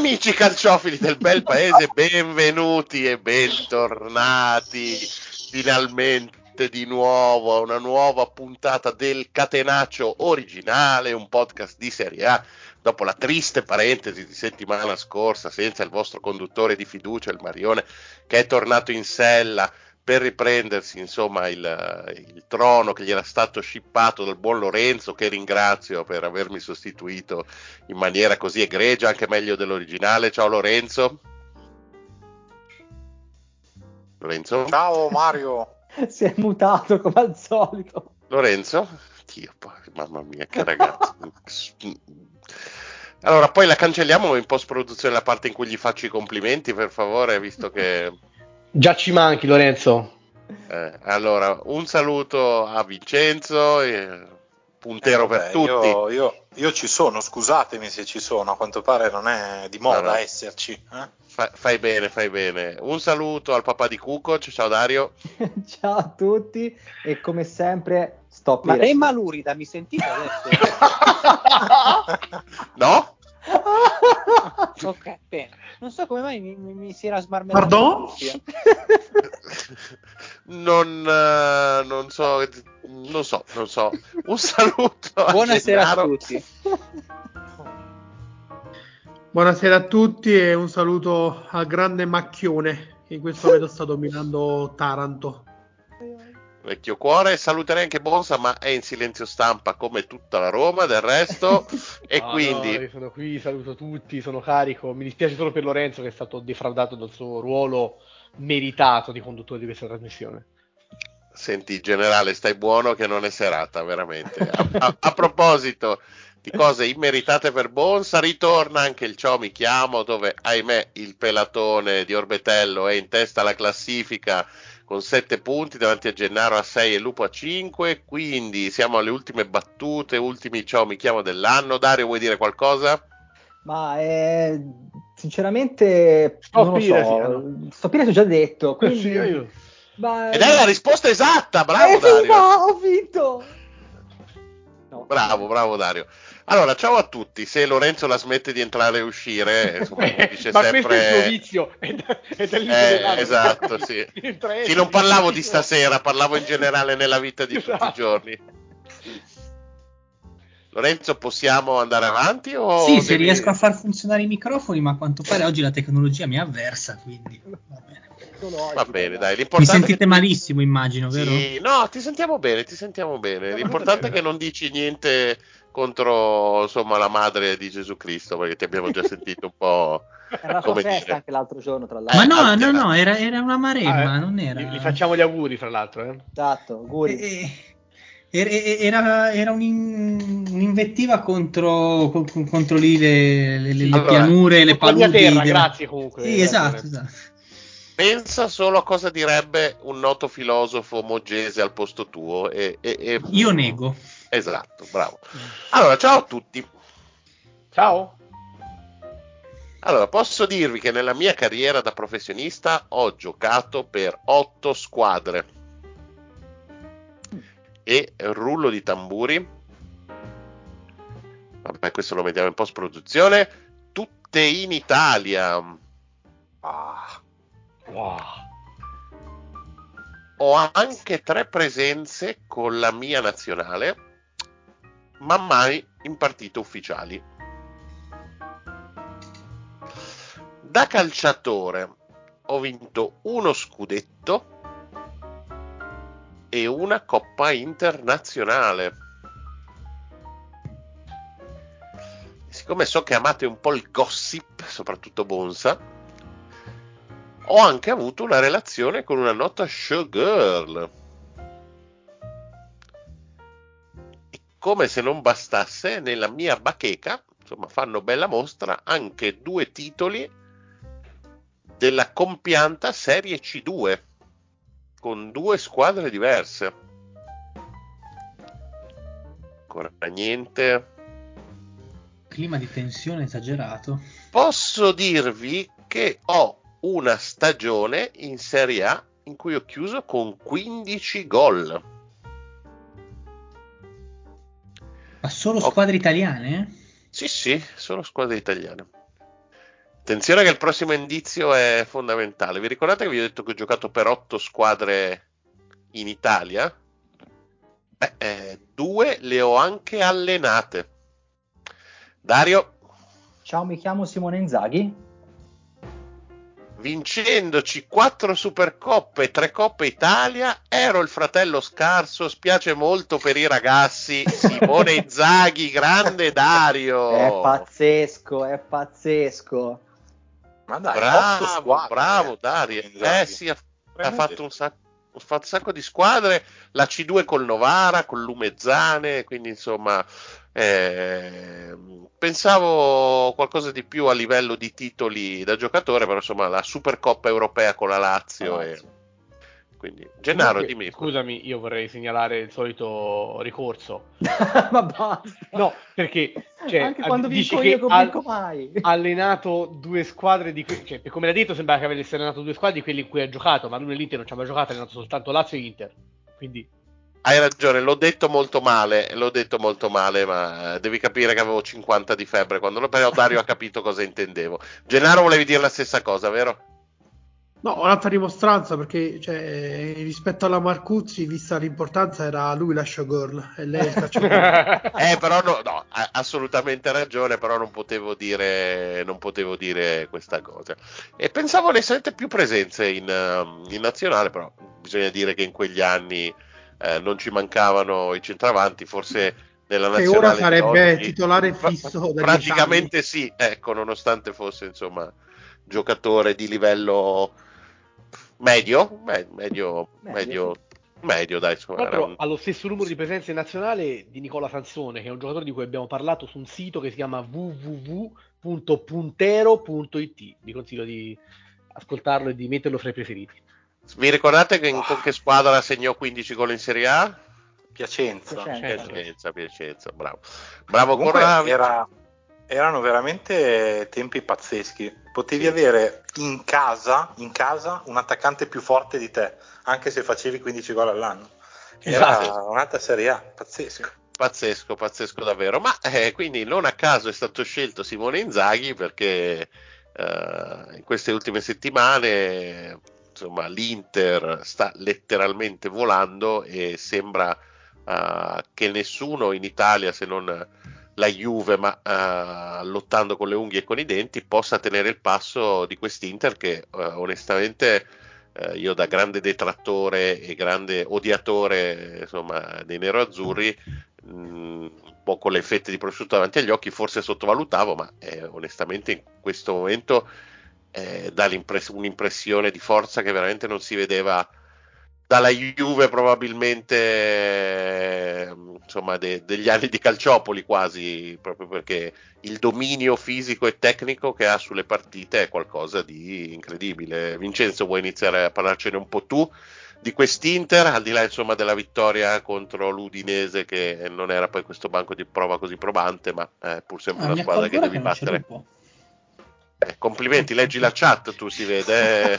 Amici calciofili del bel paese, benvenuti e bentornati finalmente di nuovo a una nuova puntata del Catenaccio originale, un podcast di Serie A. Dopo la triste parentesi di settimana scorsa senza il vostro conduttore di fiducia, il Marione, che è tornato in sella per riprendersi insomma il trono che gli era stato scippato dal buon Lorenzo, che ringrazio per avermi sostituito in maniera così egregia, anche meglio dell'originale. Ciao Lorenzo. Lorenzo? Ciao Mario. Si è mutato come al solito. Lorenzo? Dio, mamma mia, che ragazzo. Allora, poi la cancelliamo in post-produzione la parte in cui gli faccio i complimenti, per favore, visto che... Già ci manchi, Lorenzo. Allora, un saluto a Vincenzo, puntero per tutti. Io ci sono, scusatemi se ci sono, a quanto pare non è di moda No. esserci. Fai bene. Un saluto al papà di Kukoc, ciao Dario. Ciao a tutti e come sempre stop. Ma lei Malurida, mi sentite adesso? No? Ok, bene. Non so come mai mi si era smarmellato. Pardon? Non so. Un saluto a Buonasera Gennaro. a tutti. Buonasera a tutti e un saluto al grande Macchione, che in questo momento sta dominando Taranto. Vecchio cuore, saluterei anche Bonsa, ma è in silenzio stampa come tutta la Roma, del resto. E quindi io sono qui, saluto tutti, sono carico. Mi dispiace solo per Lorenzo che è stato defraudato dal suo ruolo meritato di conduttore di questa trasmissione. senti, generale, stai buono che non è serata, veramente. A proposito di cose immeritate per Bonsa, ritorna anche il Ciao mi chiamo, dove ahimè il pelatone di Orbetello è in testa alla classifica con 7 punti davanti a Gennaro a 6 e Lupo a 5, quindi siamo alle ultime battute, ultimi Ciao mi chiamo dell'anno. Dario, vuoi dire qualcosa? Ma sinceramente non lo so. Stopire ti ho già detto, quindi... Sì, io. Ed è la risposta esatta, bravo Dario. Viva, ho vinto! No. Bravo Dario. Allora, ciao a tutti. Se Lorenzo la smette di entrare e uscire, insomma, dice ma sempre... questo è il suo vizio, è dell'inizio esatto, sì. Sì, non parlavo di stasera, parlavo in generale nella vita di tutti i giorni. Lorenzo, possiamo andare avanti? O sì, se riesco a far funzionare i microfoni, ma a quanto pare oggi la tecnologia mi è avversa, quindi va bene. Va bene, dai. Mi sentite malissimo, immagino, vero? Sì, no, ti sentiamo bene. L'importante è che non dici niente contro, insomma, la madre di Gesù Cristo, perché ti abbiamo già sentito un po'. Era la sua festa anche l'altro giorno, tra l'altro. Ma no, era una maremma, non era. Gli facciamo gli auguri, fra l'altro. Esatto, auguri. Era un'invettiva contro lì le pianure, le paludi. Terra, grazie comunque. Sì, esatto. Pensa solo a cosa direbbe un noto filosofo moggese al posto tuo. Io nego. Esatto, bravo. Allora, ciao a tutti. Ciao. Allora, posso dirvi che nella mia carriera da professionista ho giocato per 8 squadre. E rullo di tamburi. Vabbè, questo lo vediamo in post-produzione. Tutte in Italia. Wow. Ho anche 3 presenze con la mia nazionale, ma mai in partite ufficiali. Da calciatore ho vinto 1 scudetto e una coppa internazionale. Siccome so che amate un po' il gossip, soprattutto Bonsa, ho anche avuto una relazione con una nota showgirl. E come se non bastasse, nella mia bacheca, insomma, fanno bella mostra anche 2 titoli della compianta Serie C2 con 2 squadre diverse. Ancora niente. Clima di tensione esagerato. Posso dirvi che ho una stagione in Serie A in cui ho chiuso con 15 gol. Ma solo squadre italiane? Sì, solo squadre italiane. Attenzione che il prossimo indizio è fondamentale. Vi ricordate che vi ho detto che ho giocato per 8 squadre in Italia? 2 le ho anche allenate. Dario, Ciao, mi chiamo Simone Inzaghi. vincendoci 4 Supercoppe e 3 Coppe Italia, ero il fratello scarso, spiace molto per i ragazzi, Simone Inzaghi, grande Dario. È pazzesco, è pazzesco. Ma dai, 8 Bravo, squadre. bravo Dario. Sì, ha fatto un sacco di squadre, la C2 col Novara, con Lumezzane, quindi insomma pensavo qualcosa di più a livello di titoli da giocatore, però insomma la Supercoppa europea con la Lazio. Quindi Gennaro, Comunque, dimmi. scusami, io vorrei segnalare il solito ricorso. Ma basta. No, perché anche quando dici vinco io che non vinco mai. ha allenato 2 squadre cioè, come l'ha detto, sembra che avesse allenato 2 squadre di quelli in cui ha giocato, ma lui nell'Inter non ci ha mai giocato, ha allenato soltanto Lazio e Inter. Quindi Hai ragione, l'ho detto molto male, ma devi capire che avevo 50 di febbre quando però Dario ha capito cosa intendevo. Gennaro, volevi dire la stessa cosa, vero? No, un'altra dimostranza perché rispetto alla Marcuzzi, vista l'importanza, era lui la showgirl e lei il calciatore. Però no, ha assolutamente ragione, però non potevo dire questa cosa. E pensavo onestamente più presenze in nazionale, però bisogna dire che in quegli anni non ci mancavano i centravanti, forse nella Che ora nazionale di sarebbe oggi, titolare fisso da 10 praticamente anni. sì, ecco, nonostante fosse insomma giocatore di livello medio, dai, insomma, era proprio un... ha lo stesso numero di presenze in nazionale di Nicola Sansone, che è un giocatore di cui abbiamo parlato su un sito che si chiama www.puntero.it. Vi consiglio di ascoltarlo e di metterlo fra i preferiti. Vi ricordate con che squadra segnò 15 gol in Serie A? Piacenza. Piacenza, bravo Comunque Corravi. erano veramente tempi pazzeschi. Potevi avere in casa un attaccante più forte di te, anche se facevi 15 gol all'anno. Era un'altra Serie A, pazzesco. Pazzesco davvero. Ma quindi non a caso è stato scelto Simone Inzaghi, perché in queste ultime settimane insomma l'Inter sta letteralmente volando e sembra che nessuno in Italia, se non la Juve, ma lottando con le unghie e con i denti, possa tenere il passo di quest'Inter che onestamente io, da grande detrattore e grande odiatore insomma dei nerazzurri, un po' con le fette di prosciutto davanti agli occhi, forse sottovalutavo, ma onestamente in questo momento dà un'impressione di forza che veramente non si vedeva dalla Juve probabilmente, insomma degli anni di Calciopoli quasi, proprio perché il dominio fisico e tecnico che ha sulle partite è qualcosa di incredibile. Vincenzo, vuoi iniziare a parlarcene un po' tu di quest'Inter, al di là insomma della vittoria contro l'Udinese, che non era poi questo banco di prova così probante, ma è pur sempre una Mi squadra accorgo che ora devi che non c'è battere. Lupo. Complimenti, leggi la chat, tu si vede.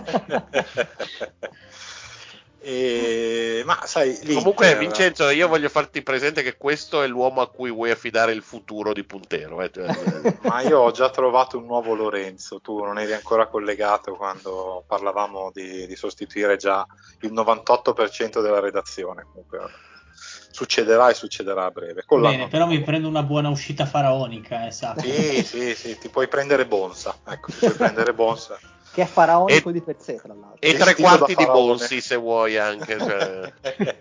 Ma sai, l'Inter... Comunque Vincenzo, io voglio farti presente che questo è l'uomo a cui vuoi affidare il futuro di Puntero. Ma io ho già trovato un nuovo Lorenzo, tu non eri ancora collegato quando parlavamo di sostituire già il 98% della redazione. Comunque succederà a breve. Bene, però mi prendo una buona uscita faraonica, esatto. Sì, ti puoi prendere Bonsa. Ecco, ti puoi prendere Bonsa. Che è faraonico di per sé, tra l'altro. E 3/4 di Bonsi, se vuoi anche. Cioè.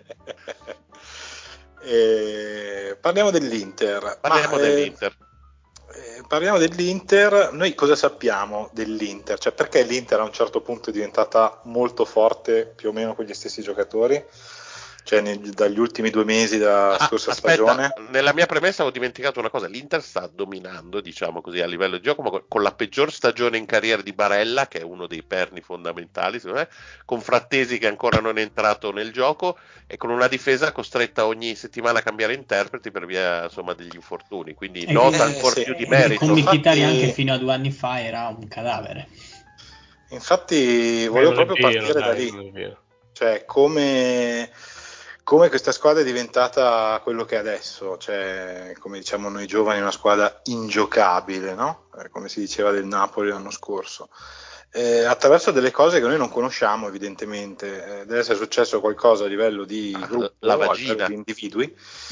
Parliamo dell'Inter. Parliamo dell'Inter. Noi cosa sappiamo dell'Inter? Cioè, perché l'Inter a un certo punto è diventata molto forte, più o meno con gli stessi giocatori? Cioè dagli ultimi 2 mesi della scorsa stagione. Nella mia premessa ho dimenticato una cosa: l'Inter sta dominando, diciamo così, a livello di gioco, ma con la peggior stagione in carriera di Barella, che è uno dei perni fondamentali secondo me, con Frattesi che ancora non è entrato nel gioco e con una difesa costretta ogni settimana a cambiare interpreti per via insomma degli infortuni, quindi nota ancora più di merito. Con Mkhitaryan anche fino a 2 anni fa era un cadavere. Infatti volevo proprio partire da lì, cioè come come questa squadra è diventata quello che è adesso, cioè come diciamo noi giovani, una squadra ingiocabile, no? Come si diceva del Napoli l'anno scorso. Attraverso delle cose che noi non conosciamo evidentemente, deve essere successo qualcosa a livello di gruppo, la a vagina livello di individui,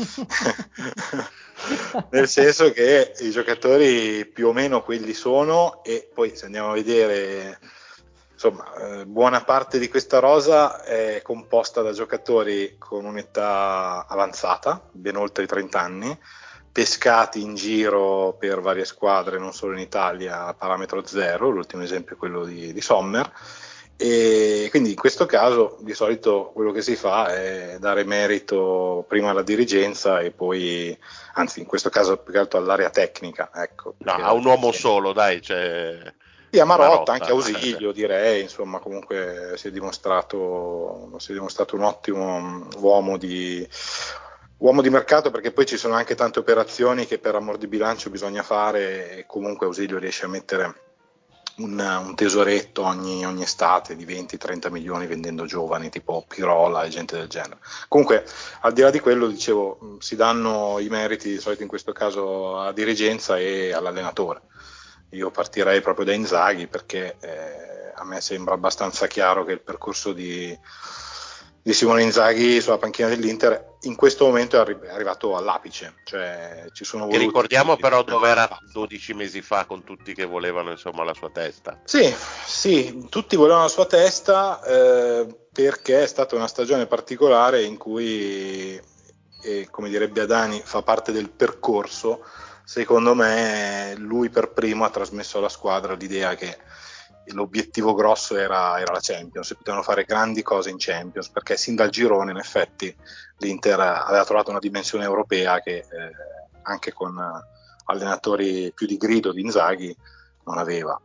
nel senso che i giocatori più o meno quelli sono, e poi se andiamo a vedere, insomma, buona parte di questa rosa è composta da giocatori con un'età avanzata, ben oltre i 30 anni, pescati in giro per varie squadre, non solo in Italia, a parametro zero. L'ultimo esempio è quello di Sommer, e quindi in questo caso di solito quello che si fa è dare merito prima alla dirigenza e poi, anzi in questo caso più che altro all'area tecnica, ecco, no, a un uomo solo, dai, cioè sì, a Marotta, Marotta, anche Ausilio direi, insomma comunque si è dimostrato un ottimo uomo di mercato, perché poi ci sono anche tante operazioni che per amor di bilancio bisogna fare, e comunque Ausilio riesce a mettere un tesoretto ogni estate di 20-30 milioni vendendo giovani tipo Pirola e gente del genere. Comunque al di là di quello, dicevo, si danno i meriti di solito in questo caso alla dirigenza e all'allenatore. Io partirei proprio da Inzaghi, perché a me sembra abbastanza chiaro che il percorso di Simone Inzaghi sulla panchina dell'Inter in questo momento è arrivato all'apice, cioè ci sono che voluti, ricordiamo però dove era 12 mesi fa, con tutti che volevano insomma la sua testa. Sì, tutti volevano la sua testa, perché è stata una stagione particolare in cui, come direbbe Adani, fa parte del percorso. Secondo me lui per primo ha trasmesso alla squadra l'idea che l'obiettivo grosso era la Champions, e potevano fare grandi cose in Champions, perché sin dal girone in effetti l'Inter aveva trovato una dimensione europea che anche con allenatori più di grido di Inzaghi non aveva.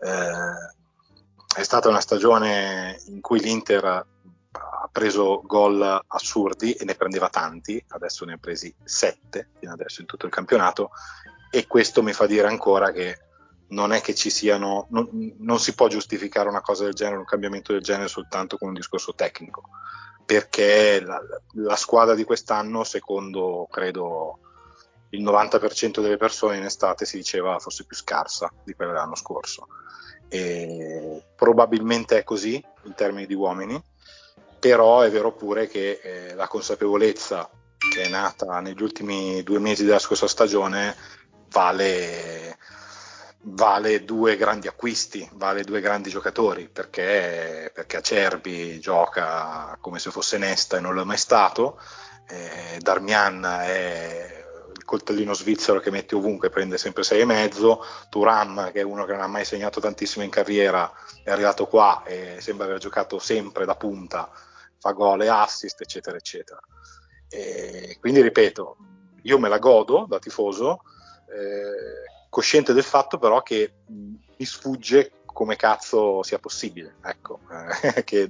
È stata una stagione in cui l'Inter ha preso gol assurdi, e ne prendeva tanti, adesso ne ha presi 7 fino adesso in tutto il campionato, e questo mi fa dire ancora che non è che ci siano, non si può giustificare una cosa del genere, un cambiamento del genere soltanto con un discorso tecnico, perché la squadra di quest'anno, secondo credo il 90% delle persone in estate, si diceva fosse più scarsa di quella dell'anno scorso, e probabilmente è così in termini di uomini, però è vero pure che la consapevolezza che è nata negli ultimi 2 mesi della scorsa stagione vale 2 grandi acquisti, vale 2 grandi giocatori, perché Acerbi gioca come se fosse Nesta e non lo è mai stato, Darmian è il coltellino svizzero che metti ovunque, prende sempre 6,5, Thuram, che è uno che non ha mai segnato tantissimo in carriera, è arrivato qua e sembra aver giocato sempre da punta, fa gol e assist, eccetera eccetera. E quindi ripeto, io me la godo da tifoso, cosciente del fatto però che mi sfugge come cazzo sia possibile, ecco, che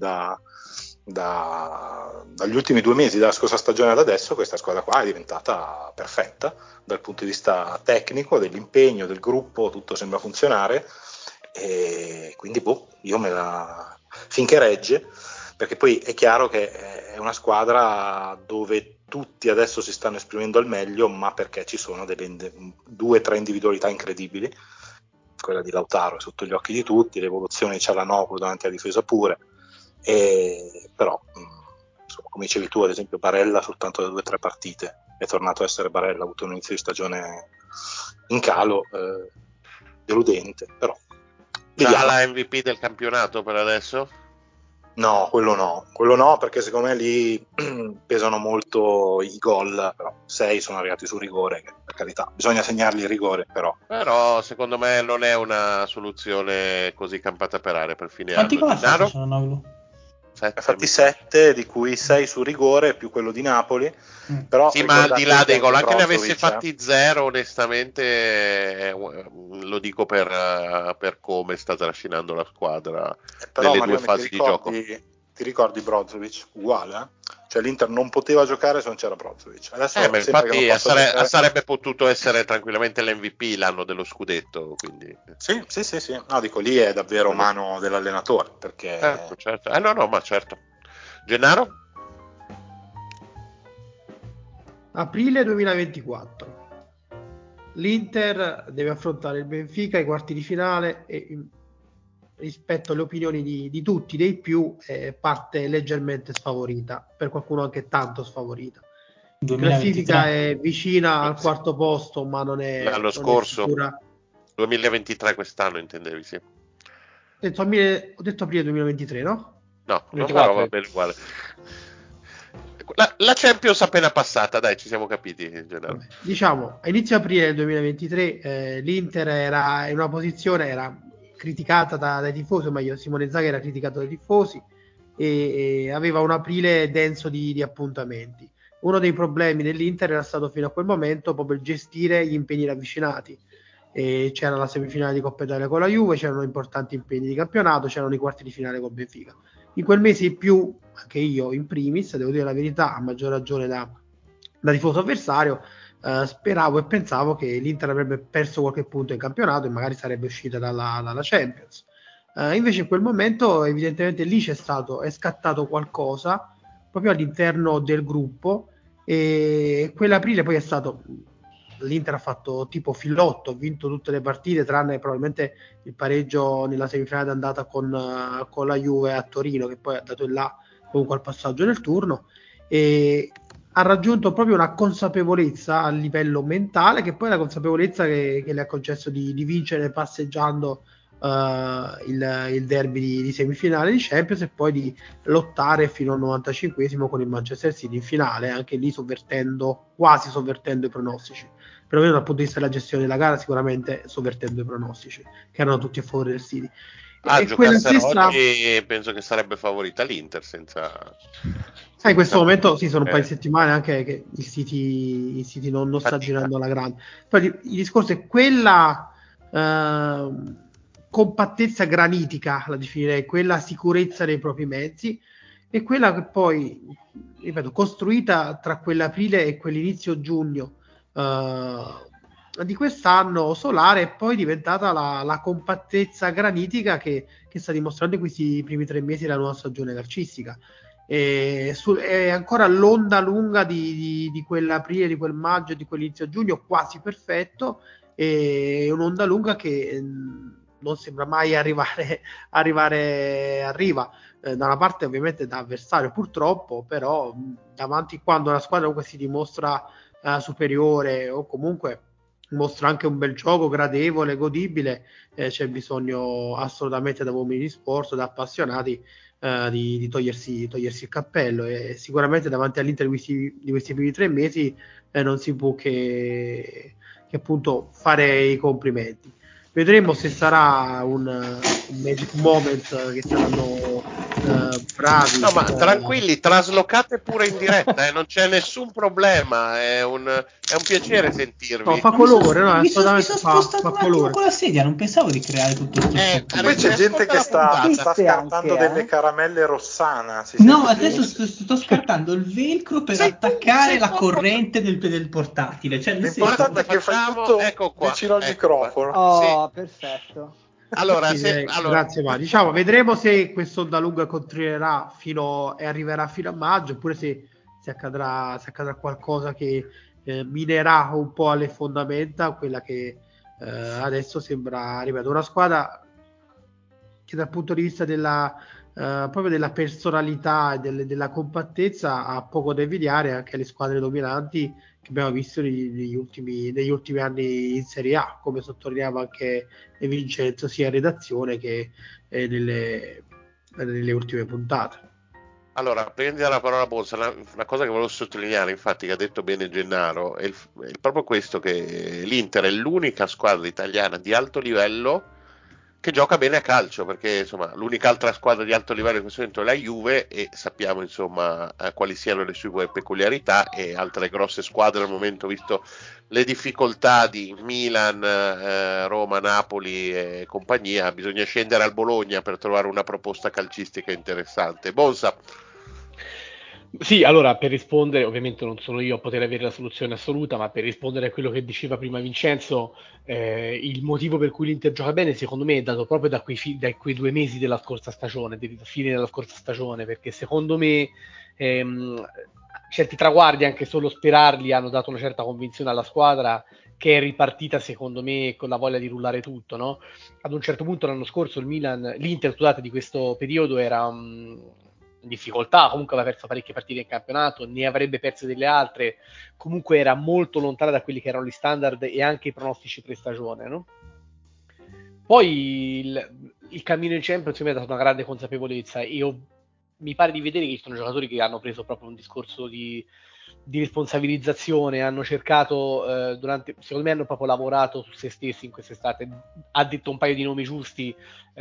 dagli ultimi 2 mesi della scorsa stagione ad adesso questa squadra qua è diventata perfetta dal punto di vista tecnico, dell'impegno, del gruppo, tutto sembra funzionare, e quindi io finché regge, perché poi è chiaro che è una squadra dove tutti adesso si stanno esprimendo al meglio, ma perché ci sono 2 o 3 individualità incredibili. Quella di Lautaro è sotto gli occhi di tutti, l'evoluzione di Cialanoglu davanti alla difesa pure, però insomma, come dicevi tu, ad esempio Barella soltanto da 2 o 3 partite è tornato a essere Barella, ha avuto un inizio di stagione in calo, deludente, però Già la MVP del campionato per adesso? No, quello no, perché secondo me lì pesano molto i gol, però 6 sono arrivati su rigore, che per carità, bisogna segnarli il rigore, però secondo me non è una soluzione così campata per aria per fine Quanti anno. gol ha fatto Cialanoglu? 7, fatti 7, di cui 6 su rigore più quello di Napoli. Però sì, ma al di là dei gol, anche ne avesse Brozovic, fatti 0, onestamente lo dico per come sta trascinando la squadra però nelle 2 Marione, fasi di gioco. ti ricordi Brozovic? Uguale, Cioè l'Inter non poteva giocare se non c'era Brozovic. Adesso Ma infatti sarebbe potuto essere tranquillamente l'MVP l'anno dello scudetto, quindi. Sì. No, dico, lì è davvero mano dell'allenatore, perché certo. No, ma certo. Gennaro? Aprile 2024. L'Inter deve affrontare il Benfica ai quarti di finale e rispetto alle opinioni di tutti, dei più, parte leggermente sfavorita, per qualcuno anche tanto sfavorita. La classifica è vicina al quarto posto, ma non è l'anno scorso, sicura. 2023 quest'anno intendevi, sì. Ho detto aprile 2023, no? No, 24. va bene uguale. La Champions appena passata, dai, ci siamo capiti in generale. Vabbè, diciamo, a inizio aprile del 2023 l'Inter era in una posizione, era criticata dai tifosi, o meglio Simone Inzaghi era criticato dai tifosi e aveva un aprile denso di appuntamenti. Uno dei problemi dell'Inter era stato fino a quel momento proprio il gestire gli impegni ravvicinati. C'era la semifinale di Coppa Italia con la Juve, c'erano importanti impegni di campionato, c'erano i quarti di finale con Benfica. In quel mese in più, anche io in primis, devo dire la verità, a maggior ragione da tifoso avversario, speravo e pensavo che l'Inter avrebbe perso qualche punto in campionato e magari sarebbe uscita dalla Champions. Invece in quel momento evidentemente lì è scattato qualcosa proprio all'interno del gruppo e quell'aprile poi è stato, l'Inter ha fatto tipo filotto, ha vinto tutte le partite tranne probabilmente il pareggio nella semifinale d'andata con la Juve a Torino, che poi ha dato il là comunque al passaggio nel turno, e ha raggiunto proprio una consapevolezza a livello mentale, che poi è la consapevolezza che le ha concesso di vincere passeggiando il derby di semifinale di Champions e poi di lottare fino al 95esimo con il Manchester City in finale, anche lì quasi sovvertendo i pronostici, perlomeno dal punto di vista della gestione della gara, sicuramente sovvertendo i pronostici che erano tutti a favore del City. E giocassero oggi penso che sarebbe favorita l'Inter senza in questo momento sì, sono un paio di settimane anche che il City non sta girando alla grande. Poi il discorso è quella compattezza granitica, la definirei, quella sicurezza dei propri mezzi, e quella che poi, ripeto, costruita tra quell'aprile e quell'inizio giugno di quest'anno solare, è poi diventata la compattezza granitica che sta dimostrando in questi primi 3 mesi della nuova stagione calcistica. È ancora l'onda lunga di quell'aprile, di quel maggio, di quell'inizio giugno quasi perfetto, e un'onda lunga che non sembra mai arriva da una parte ovviamente da avversario purtroppo, però davanti, quando la squadra comunque si dimostra superiore o comunque mostra anche un bel gioco gradevole, godibile, c'è bisogno assolutamente da uomini di sport, da appassionati, di togliersi il cappello, e sicuramente davanti all'Inter di questi primi 3 mesi non si può che appunto fare i complimenti. Vedremo se sarà un magic moment, che saranno bravi. No, ma tranquilli, traslocate pure in diretta, non c'è nessun problema, è un piacere sentirvi. No, fa colore, mi sono spostato un attimo con la sedia, non pensavo di creare tutto questo. Poi c'è gente che sta scartando anche, delle caramelle Rossana. No, adesso sto scartando il velcro per attaccare la corrente del portatile. Cioè, l'importante è che fai tutto vicino al microfono. Oh, sì. Perfetto. Allora, grazie, ma diciamo, vedremo se quest'onda lunga continuerà e arriverà fino a maggio, oppure se accadrà qualcosa che minerà un po' alle fondamenta quella che adesso sembra, ripeto, una squadra che dal punto di vista proprio della personalità e della compattezza ha poco da invidiare anche alle squadre dominanti che abbiamo visto negli ultimi anni in Serie A, come sottolineava anche Vincenzo sia in redazione che nelle ultime puntate. Allora, prima di dare la parola a Bonsa, una cosa che volevo sottolineare, infatti, che ha detto bene Gennaro, è proprio questo, che l'Inter è l'unica squadra italiana di alto livello che gioca bene a calcio, perché insomma l'unica altra squadra di alto livello in questo momento è la Juve, e sappiamo insomma quali siano le sue peculiarità, e altre grosse squadre al momento, visto le difficoltà di Milan, Roma, Napoli e compagnia, bisogna scendere al Bologna per trovare una proposta calcistica interessante. Bonsa. Sì, allora per rispondere, ovviamente non sono io a poter avere la soluzione assoluta, ma per rispondere a quello che diceva prima Vincenzo, il motivo per cui l'Inter gioca bene secondo me è dato proprio da quei 2 mesi della scorsa stagione, fine della scorsa stagione, perché secondo me certi traguardi, anche solo sperarli, hanno dato una certa convinzione alla squadra, che è ripartita secondo me con la voglia di rullare tutto, no? Ad un certo punto l'anno scorso l'Inter, scusate, di questo periodo era in difficoltà, comunque aveva perso parecchie partite in campionato, ne avrebbe perse delle altre, comunque era molto lontana da quelli che erano gli standard e anche i pronostici pre-stagione, no? Poi il cammino in Champions mi ha dato una grande consapevolezza. Mi pare di vedere che ci sono giocatori che hanno preso proprio un discorso di responsabilizzazione, hanno cercato, secondo me hanno proprio lavorato su se stessi in quest'estate. Ha detto un paio di nomi giusti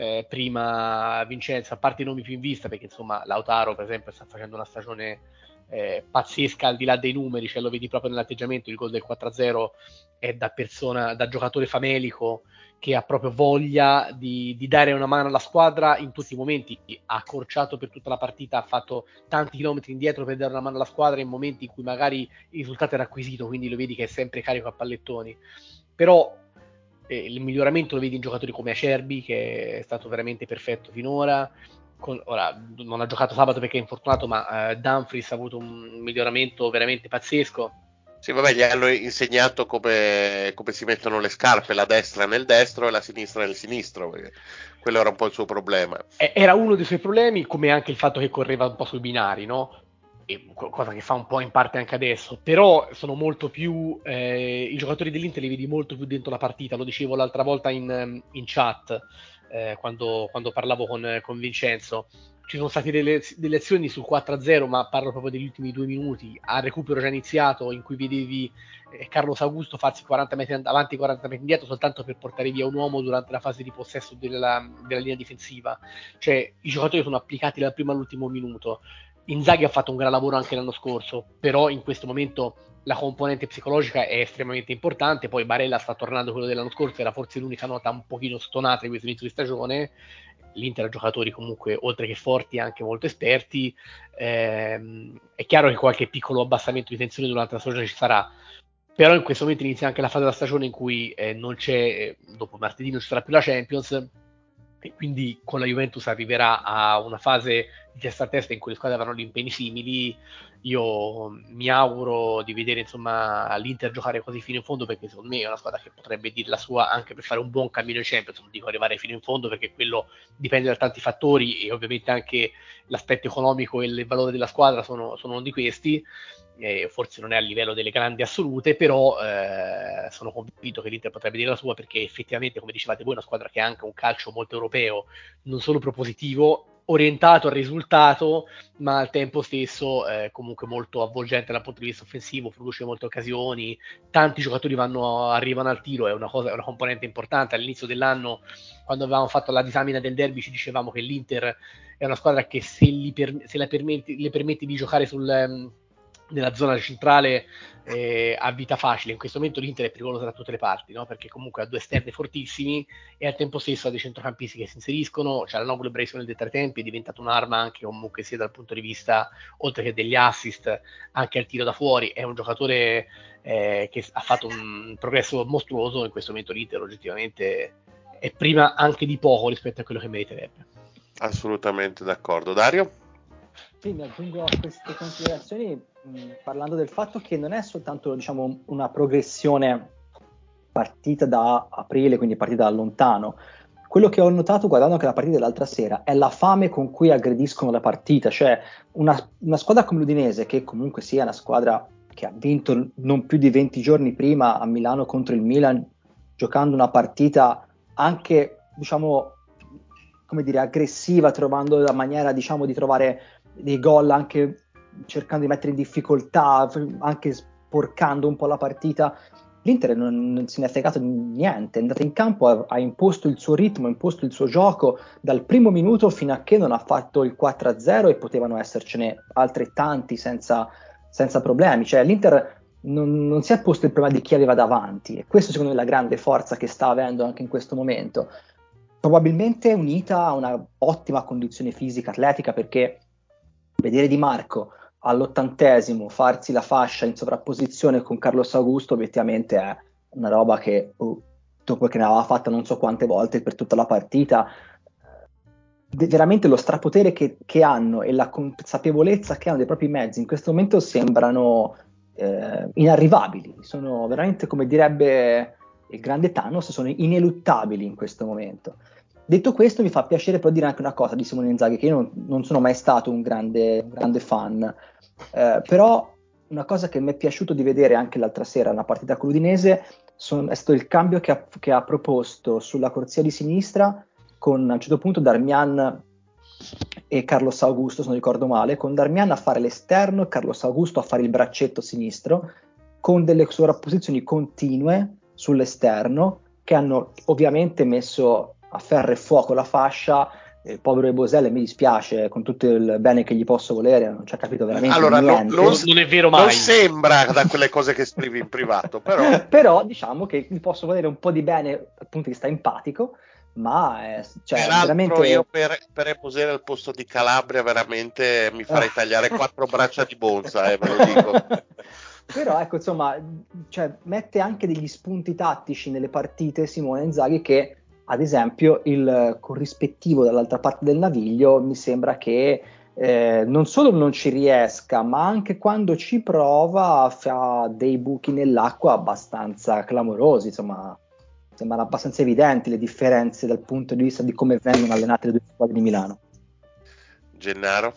prima Vincenzo, a parte i nomi più in vista, perché insomma Lautaro per esempio sta facendo una stagione pazzesca al di là dei numeri, cioè lo vedi proprio nell'atteggiamento. Il gol del 4-0 è da giocatore famelico che ha proprio voglia di dare una mano alla squadra in tutti i momenti. Ha accorciato per tutta la partita, ha fatto tanti chilometri indietro per dare una mano alla squadra in momenti in cui magari il risultato era acquisito, quindi lo vedi che è sempre carico a pallettoni. Però il miglioramento lo vedi in giocatori come Acerbi, che è stato veramente perfetto finora. Ora non ha giocato sabato perché è infortunato, ma Dumfries ha avuto un miglioramento veramente pazzesco. Sì, vabbè, gli hanno insegnato come si mettono le scarpe, la destra nel destro e la sinistra nel sinistro, perché quello era un po' il suo problema. Era uno dei suoi problemi, come anche il fatto che correva un po' sui binari, no? Cosa che fa un po' in parte anche adesso, però sono molto più i giocatori dell'Inter li vedi molto più dentro la partita. Lo dicevo l'altra volta in chat quando parlavo con Vincenzo. Ci sono state delle azioni sul 4-0, ma parlo proprio degli ultimi 2 minuti, a recupero già iniziato, in cui vedevi Carlos Augusto farsi 40 metri avanti e 40 metri indietro soltanto per portare via un uomo durante la fase di possesso della linea difensiva. Cioè i giocatori sono applicati dal primo all'ultimo minuto. Inzaghi ha fatto un gran lavoro anche l'anno scorso, però in questo momento la componente psicologica è estremamente importante. Poi Barella sta tornando, quello dell'anno scorso era forse l'unica nota un pochino stonata di questo inizio di stagione. L'Inter ha giocatori comunque oltre che forti anche molto esperti. È chiaro che qualche piccolo abbassamento di tensione durante la stagione ci sarà, però in questo momento inizia anche la fase della stagione in cui non c'è, dopo martedì non ci sarà più la Champions, e quindi con la Juventus arriverà a una fase di testa a testa in cui le squadre avranno gli impegni simili. Io mi auguro di vedere insomma l'Inter giocare così fino in fondo, perché secondo me è una squadra che potrebbe dire la sua anche per fare un buon cammino in Champions. Non dico arrivare fino in fondo perché quello dipende da tanti fattori, e ovviamente anche l'aspetto economico e il valore della squadra sono uno di questi. Forse non è a livello delle grandi assolute, però sono convinto che l'Inter potrebbe dire la sua, perché effettivamente, come dicevate voi, è una squadra che ha anche un calcio molto europeo, non solo propositivo, orientato al risultato, ma al tempo stesso comunque molto avvolgente dal punto di vista offensivo, produce molte occasioni, tanti giocatori arrivano al tiro, è una componente importante. All'inizio dell'anno, quando avevamo fatto la disamina del derby, ci dicevamo che l'Inter è una squadra che se le permette di giocare nella zona centrale ha vita facile. In questo momento l'Inter è pericolosa da tutte le parti, no? Perché comunque ha due esterni fortissimi e al tempo stesso ha dei centrocampisti che si inseriscono. C'è la Nobile Bryson dei tre tempi, è diventata un'arma anche comunque sia dal punto di vista, oltre che degli assist, anche al tiro da fuori. È un giocatore che ha fatto un progresso mostruoso. In questo momento l'Inter oggettivamente è prima anche di poco rispetto a quello che meriterebbe. Assolutamente d'accordo. Dario? Sì, mi aggiungo a queste considerazioni parlando del fatto che non è soltanto, diciamo, una progressione partita da aprile, quindi partita da lontano. Quello che ho notato guardando anche la partita dell'altra sera è la fame con cui aggrediscono la partita, cioè una squadra come l'Udinese, che comunque sia una squadra che ha vinto non più di 20 giorni prima a Milano contro il Milan, giocando una partita anche, diciamo, come dire, aggressiva, trovando la maniera, diciamo, di trovare dei gol, anche cercando di mettere in difficoltà, anche sporcando un po' la partita. L'Inter non se ne è fregato di niente, è andato in campo, ha imposto il suo ritmo, ha imposto il suo gioco dal primo minuto fino a che non ha fatto il 4-0, e potevano essercene altrettanti senza problemi. Cioè l'Inter non si è posto il problema di chi aveva davanti, e questo secondo me è la grande forza che sta avendo anche in questo momento, probabilmente unita a una ottima condizione fisica, atletica, perché vedere Di Marco all'80° farsi la fascia in sovrapposizione con Carlos Augusto obiettivamente è una roba che dopo che ne aveva fatta non so quante volte per tutta la partita, veramente lo strapotere che hanno e la consapevolezza che hanno dei propri mezzi in questo momento sembrano inarrivabili, sono veramente, come direbbe il grande Thanos, sono ineluttabili in questo momento. Detto questo, mi fa piacere però dire anche una cosa di Simone Inzaghi, che io non sono mai stato un grande fan, però una cosa che mi è piaciuto di vedere anche l'altra sera, una partita con l'Udinese, è stato il cambio che ha proposto sulla corsia di sinistra, con a un certo punto Darmian e Carlos Augusto, se non ricordo male, con Darmian a fare l'esterno e Carlos Augusto a fare il braccetto sinistro, con delle sovrapposizioni continue sull'esterno, che hanno ovviamente messo a ferro e fuoco la fascia. Il povero Eboselle, mi dispiace, con tutto il bene che gli posso volere, non ci ha capito veramente niente. Non è vero mai. Non sembra da quelle cose che scrivi in privato, però... però diciamo che gli posso volere un po' di bene dal punto di vista empatico, ma veramente... io per Eboselle al posto di Calabria veramente mi farei tagliare 4 braccia di bonza, ve lo dico. Però ecco, insomma, mette anche degli spunti tattici nelle partite Simone Inzaghi, che ad esempio il corrispettivo dall'altra parte del naviglio mi sembra che non solo non ci riesca, ma anche quando ci prova fa dei buchi nell'acqua abbastanza clamorosi, insomma, sembrano abbastanza evidenti le differenze dal punto di vista di come vengono allenate le due squadre di Milano. Gennaro?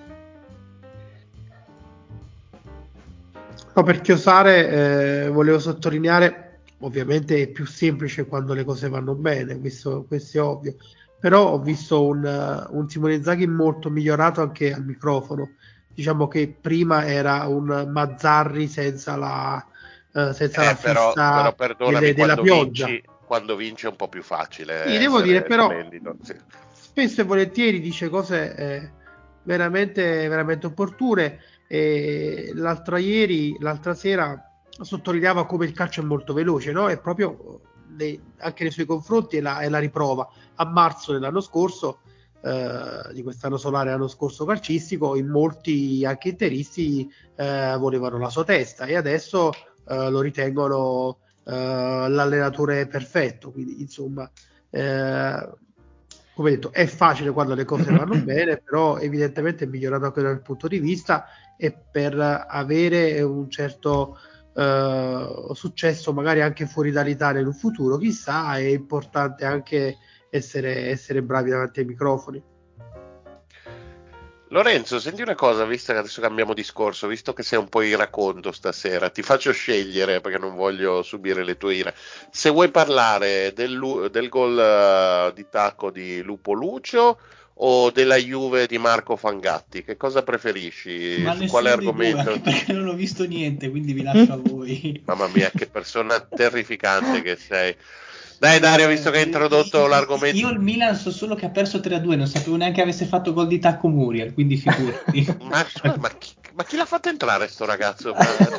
No, per chiosare volevo sottolineare, ovviamente è più semplice quando le cose vanno bene, questo è ovvio, però ho visto un Simone Inzaghi molto migliorato anche al microfono. Diciamo che prima era un Mazzarri senza la fissa però perdonami, della pioggia. Quando vince è un po' più facile. Sì, devo dire, però splendido, sì. Spesso e volentieri dice cose veramente, veramente opportune. E l'altra sera sottolineava come il calcio è molto veloce, no? E proprio anche nei suoi confronti è la riprova. A marzo dell'anno scorso, di quest'anno solare, l'anno scorso calcistico, in molti anche interisti volevano la sua testa, e adesso lo ritengono l'allenatore perfetto. Quindi insomma, come detto, è facile quando le cose vanno bene, però evidentemente è migliorato anche dal punto di vista, e per avere un certo successo magari anche fuori dall'Italia in un futuro, chissà, è importante anche essere bravi davanti ai microfoni. Lorenzo, senti una cosa, visto che adesso cambiamo discorso, visto che sei un po' iracondo stasera, ti faccio scegliere perché non voglio subire le tue ire. Se vuoi parlare del gol di tacco di Lupo Lucio o della Juve di Marco Fangatti, che cosa preferisci? Ma Su quale argomento? Due, anche perché non ho visto niente, quindi vi lascio a voi. Mamma mia, che persona terrificante che sei. Dai Dario, visto che hai introdotto l'argomento... Io il Milan so solo che ha perso 3-2, non sapevo neanche avesse fatto gol di tacco Muriel, quindi figurati. ma chi l'ha fatto entrare sto ragazzo?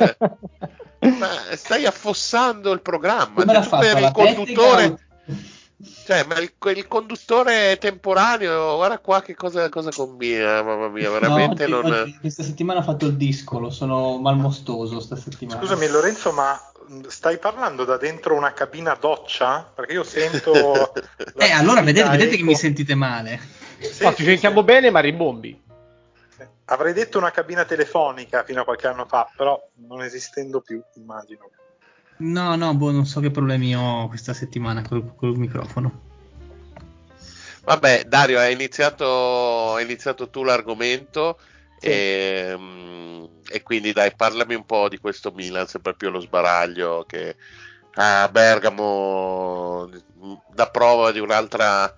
Ma stai affossando il programma. Come l'ha fatto? Per il conduttore... ma il conduttore temporaneo, guarda qua che cosa combina, mamma mia, veramente oggi, questa settimana ho fatto il discolo, sono malmostoso sta settimana. Scusami Lorenzo, ma stai parlando da dentro una cabina doccia? Perché io sento... allora vedete che mi sentite male. Sì, ci sentiamo bene, ma rimbombi. Avrei detto una cabina telefonica fino a qualche anno fa, però non esistendo più, immagino. No, non so che problemi ho questa settimana col microfono. Vabbè, Dario, hai iniziato tu l'argomento, sì. E quindi dai, parlami un po' di questo Milan, se proprio lo sbaraglio che a Bergamo dà prova di un'altra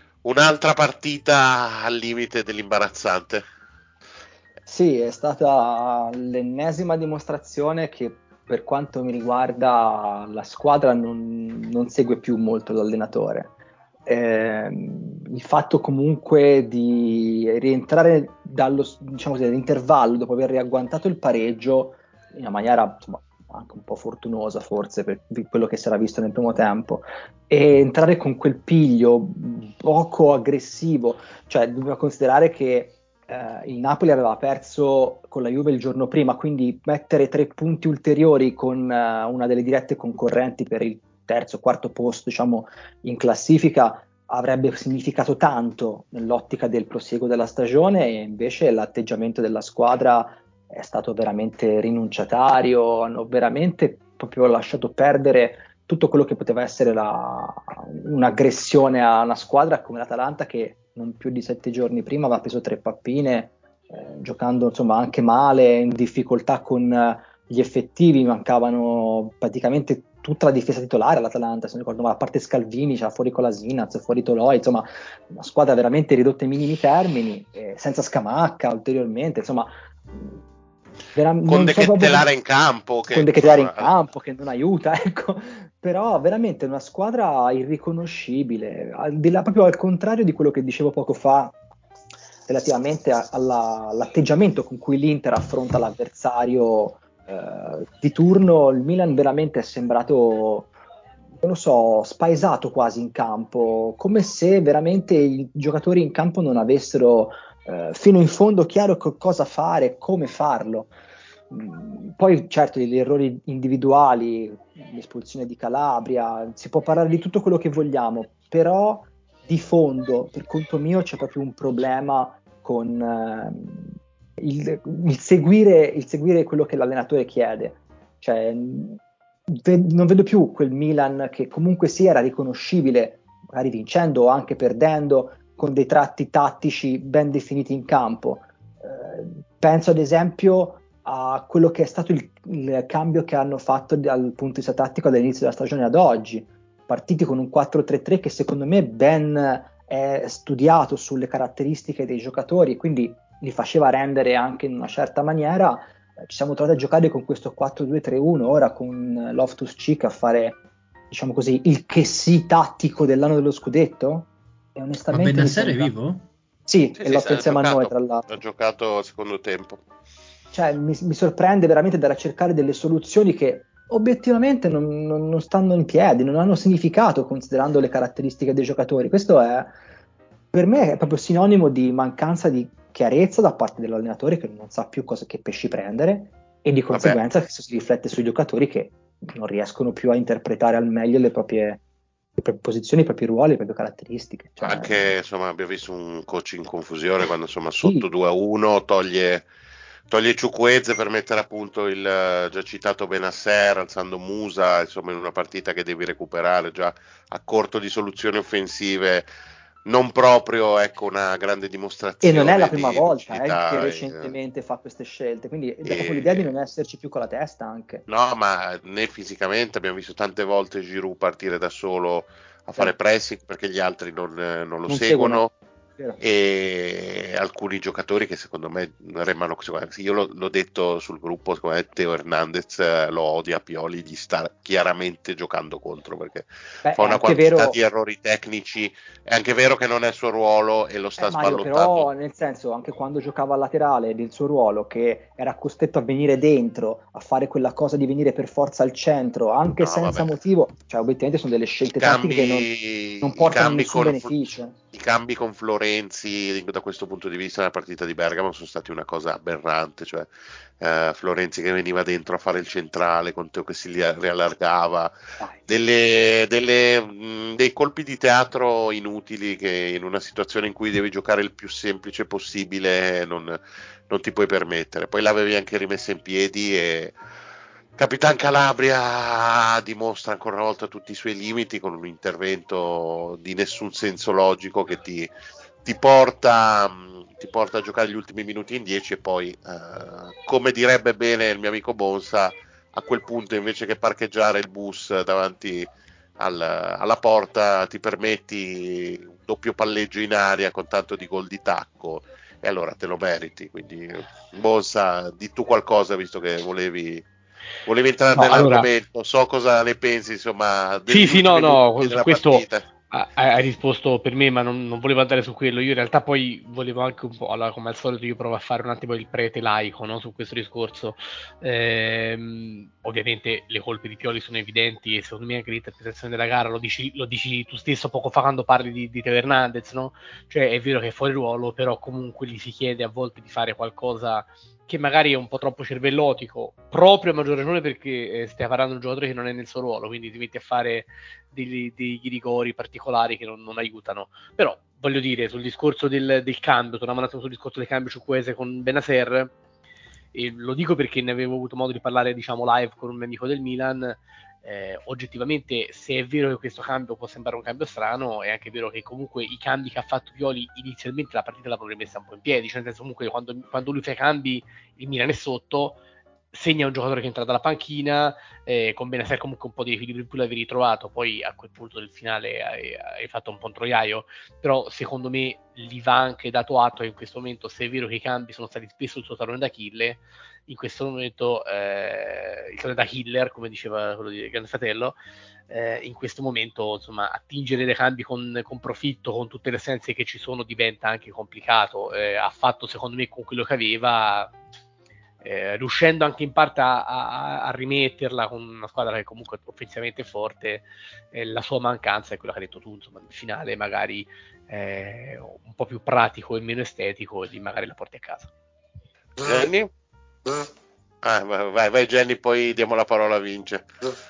partita al limite dell'imbarazzante. Sì, è stata l'ennesima dimostrazione che, per quanto mi riguarda, la squadra non segue più molto l'allenatore. Il fatto comunque di rientrare dall'intervallo dopo aver riagguantato il pareggio in una maniera, insomma, anche un po' fortunosa forse per quello che si era visto nel primo tempo, e entrare con quel piglio poco aggressivo, cioè dobbiamo considerare che il Napoli aveva perso con la Juve il giorno prima, quindi mettere 3 punti ulteriori con una delle dirette concorrenti per il terzo, quarto posto, diciamo, in classifica, avrebbe significato tanto nell'ottica del prosieguo della stagione, e invece l'atteggiamento della squadra è stato veramente rinunciatario, hanno veramente proprio lasciato perdere tutto quello che poteva essere un'aggressione a una squadra come l'Atalanta, che non più di 7 giorni prima aveva preso 3 pappine, giocando insomma anche male, in difficoltà con gli effettivi, mancavano praticamente tutta la difesa titolare all'Atalanta, se non ricordo male, a parte Scalvini, c'era fuori Kolasinac, fuori Toloi, insomma una squadra veramente ridotta ai minimi termini, senza Scamacca ulteriormente, insomma con De Kettelare in campo, che con De Kettelare in campo che non aiuta, ecco, però veramente una squadra irriconoscibile, proprio al contrario di quello che dicevo poco fa relativamente all'atteggiamento con cui l'Inter affronta l'avversario di turno. Il Milan veramente è sembrato, non lo so, spaesato quasi in campo, come se veramente i giocatori in campo non avessero fino in fondo chiaro cosa fare, come farlo. Poi certo gli errori individuali, l'espulsione di Calabria, si può parlare di tutto quello che vogliamo, però di fondo, per conto mio, c'è proprio un problema con il seguire quello che l'allenatore chiede. Cioè, non vedo più quel Milan che comunque sia era riconoscibile, magari vincendo o anche perdendo, con dei tratti tattici ben definiti in campo. Penso ad esempio a quello che è stato il cambio che hanno fatto dal punto di vista tattico dall'inizio della stagione ad oggi, partiti con un 4-3-3 che secondo me ben è studiato sulle caratteristiche dei giocatori, quindi li faceva rendere anche in una certa maniera. Ci siamo trovati a giocare con questo 4-2-3-1 ora con Loftus-Cheek a fare, diciamo così, il che sì tattico dell'anno dello scudetto, e Ma onestamente Bennacer è vivo? sì, e sì, l'otto ha insieme a noi giocato, tra l'altro. ha giocato al secondo tempo. Cioè, mi sorprende veramente andare a cercare delle soluzioni che obiettivamente non stanno in piedi, non hanno significato considerando le caratteristiche dei giocatori. Questo è, per me, è proprio sinonimo di mancanza di chiarezza da parte dell'allenatore, che non sa più che pesci prendere, e di conseguenza questo si riflette sui giocatori che non riescono più a interpretare al meglio le proprie posizioni, i propri ruoli, le proprie caratteristiche. Cioè, Anche insomma abbiamo visto un coach in confusione quando insomma sì, sotto 2-1 toglie Chukwueze per mettere a punto il già citato Bennacer, alzando Musa, insomma in una partita che devi recuperare già a corto di soluzioni offensive, non proprio ecco una grande e non è la dimostrazione prima di volta che lucidità. recentemente fa queste scelte, quindi dà proprio l'idea di E- non esserci più con la testa anche. No, ma né fisicamente, abbiamo visto tante volte Giroud partire da solo a fare Vero? pressing perché gli altri non lo Non seguono, seguono, vero? e alcuni giocatori che secondo me remano così. Guarda, io l'ho detto sul gruppo, secondo me Teo Hernandez lo odia, Pioli gli sta chiaramente giocando contro perché Beh, fa è una anche quantità vero. di errori tecnici, è anche vero che non è il suo ruolo e lo sta Mario, però sballottando. nel senso, anche quando giocava al laterale del suo ruolo, che era costretto a venire dentro, a fare quella cosa di venire per forza al centro, anche No, senza vabbè. motivo, cioè obiettivamente sono delle I scelte tattiche che non cambi, i portano cambi nessun con, beneficio. i cambi con Florenzi da questo punto di vista nella partita di Bergamo sono stati una cosa aberrante, cioè Florenzi che veniva dentro a fare il centrale con Teo che si riallargava, Dai. dei colpi di teatro inutili che in una situazione in cui devi giocare il più semplice possibile non ti puoi permettere. Poi l'avevi anche rimessa in piedi e Capitan Calabria dimostra ancora una volta tutti i suoi limiti con un intervento di nessun senso logico che ti porta a giocare gli ultimi minuti in 10 e poi, come direbbe bene il mio amico Bonsa, a quel punto invece che parcheggiare il bus davanti alla porta ti permetti un doppio palleggio in aria con tanto di gol di tacco e allora te lo meriti. Quindi Bonsa, di tu qualcosa visto che volevi entrare No, allora, nell'argomento, so cosa ne pensi insomma sì, degli sì, no, ultimi minuti no, su della questo partita. hai risposto per me, ma non volevo andare su quello. Io in realtà poi volevo anche un po', allora, come al solito, io provo a fare un attimo il prete laico, no, su questo discorso. Ovviamente le colpe di Pioli sono evidenti e secondo me anche l'interpretazione della gara, lo dici tu stesso poco fa quando parli di Teo Hernandez, no? Cioè è vero che è fuori ruolo, però comunque gli si chiede a volte di fare qualcosa che magari è un po' troppo cervellotico, proprio a maggior ragione perché stai parlando di un giocatore che non è nel suo ruolo, quindi ti metti a fare dei rigori particolari che non aiutano. Però, voglio dire, sul discorso del cambio, torniamo un attimo sul discorso del cambio Chukwueze con Benacer, e lo dico perché ne avevo avuto modo di parlare, diciamo, live con un mio amico del Milan. Oggettivamente, se è vero che questo cambio può sembrare un cambio strano, è anche vero che comunque i cambi che ha fatto Pioli inizialmente la partita l'ha proprio messa un po' in piedi, cioè nel senso, comunque quando lui fa i cambi il Milan è sotto, segna un giocatore che entra dalla panchina, con Benacer comunque un po' di equilibrio in più l'avevi ritrovato, poi a quel punto del finale hai fatto un po' un troiaio, però secondo me gli va anche dato atto che in questo momento, se è vero che i cambi sono stati spesso il suo talone d'Achille, in questo momento il talone da killer, come diceva quello di Grande Fratello, in questo momento insomma attingere dei cambi con profitto, con tutte le essenze che ci sono, diventa anche complicato. Ha fatto secondo me con quello che aveva, riuscendo anche in parte a rimetterla con una squadra che comunque offensivamente è forte. La sua mancanza è quella che hai detto tu, insomma, nel finale magari un po' più pratico e meno estetico, e lì magari la porti a casa. Jenny? Vai Jenny, poi diamo la parola a Vince.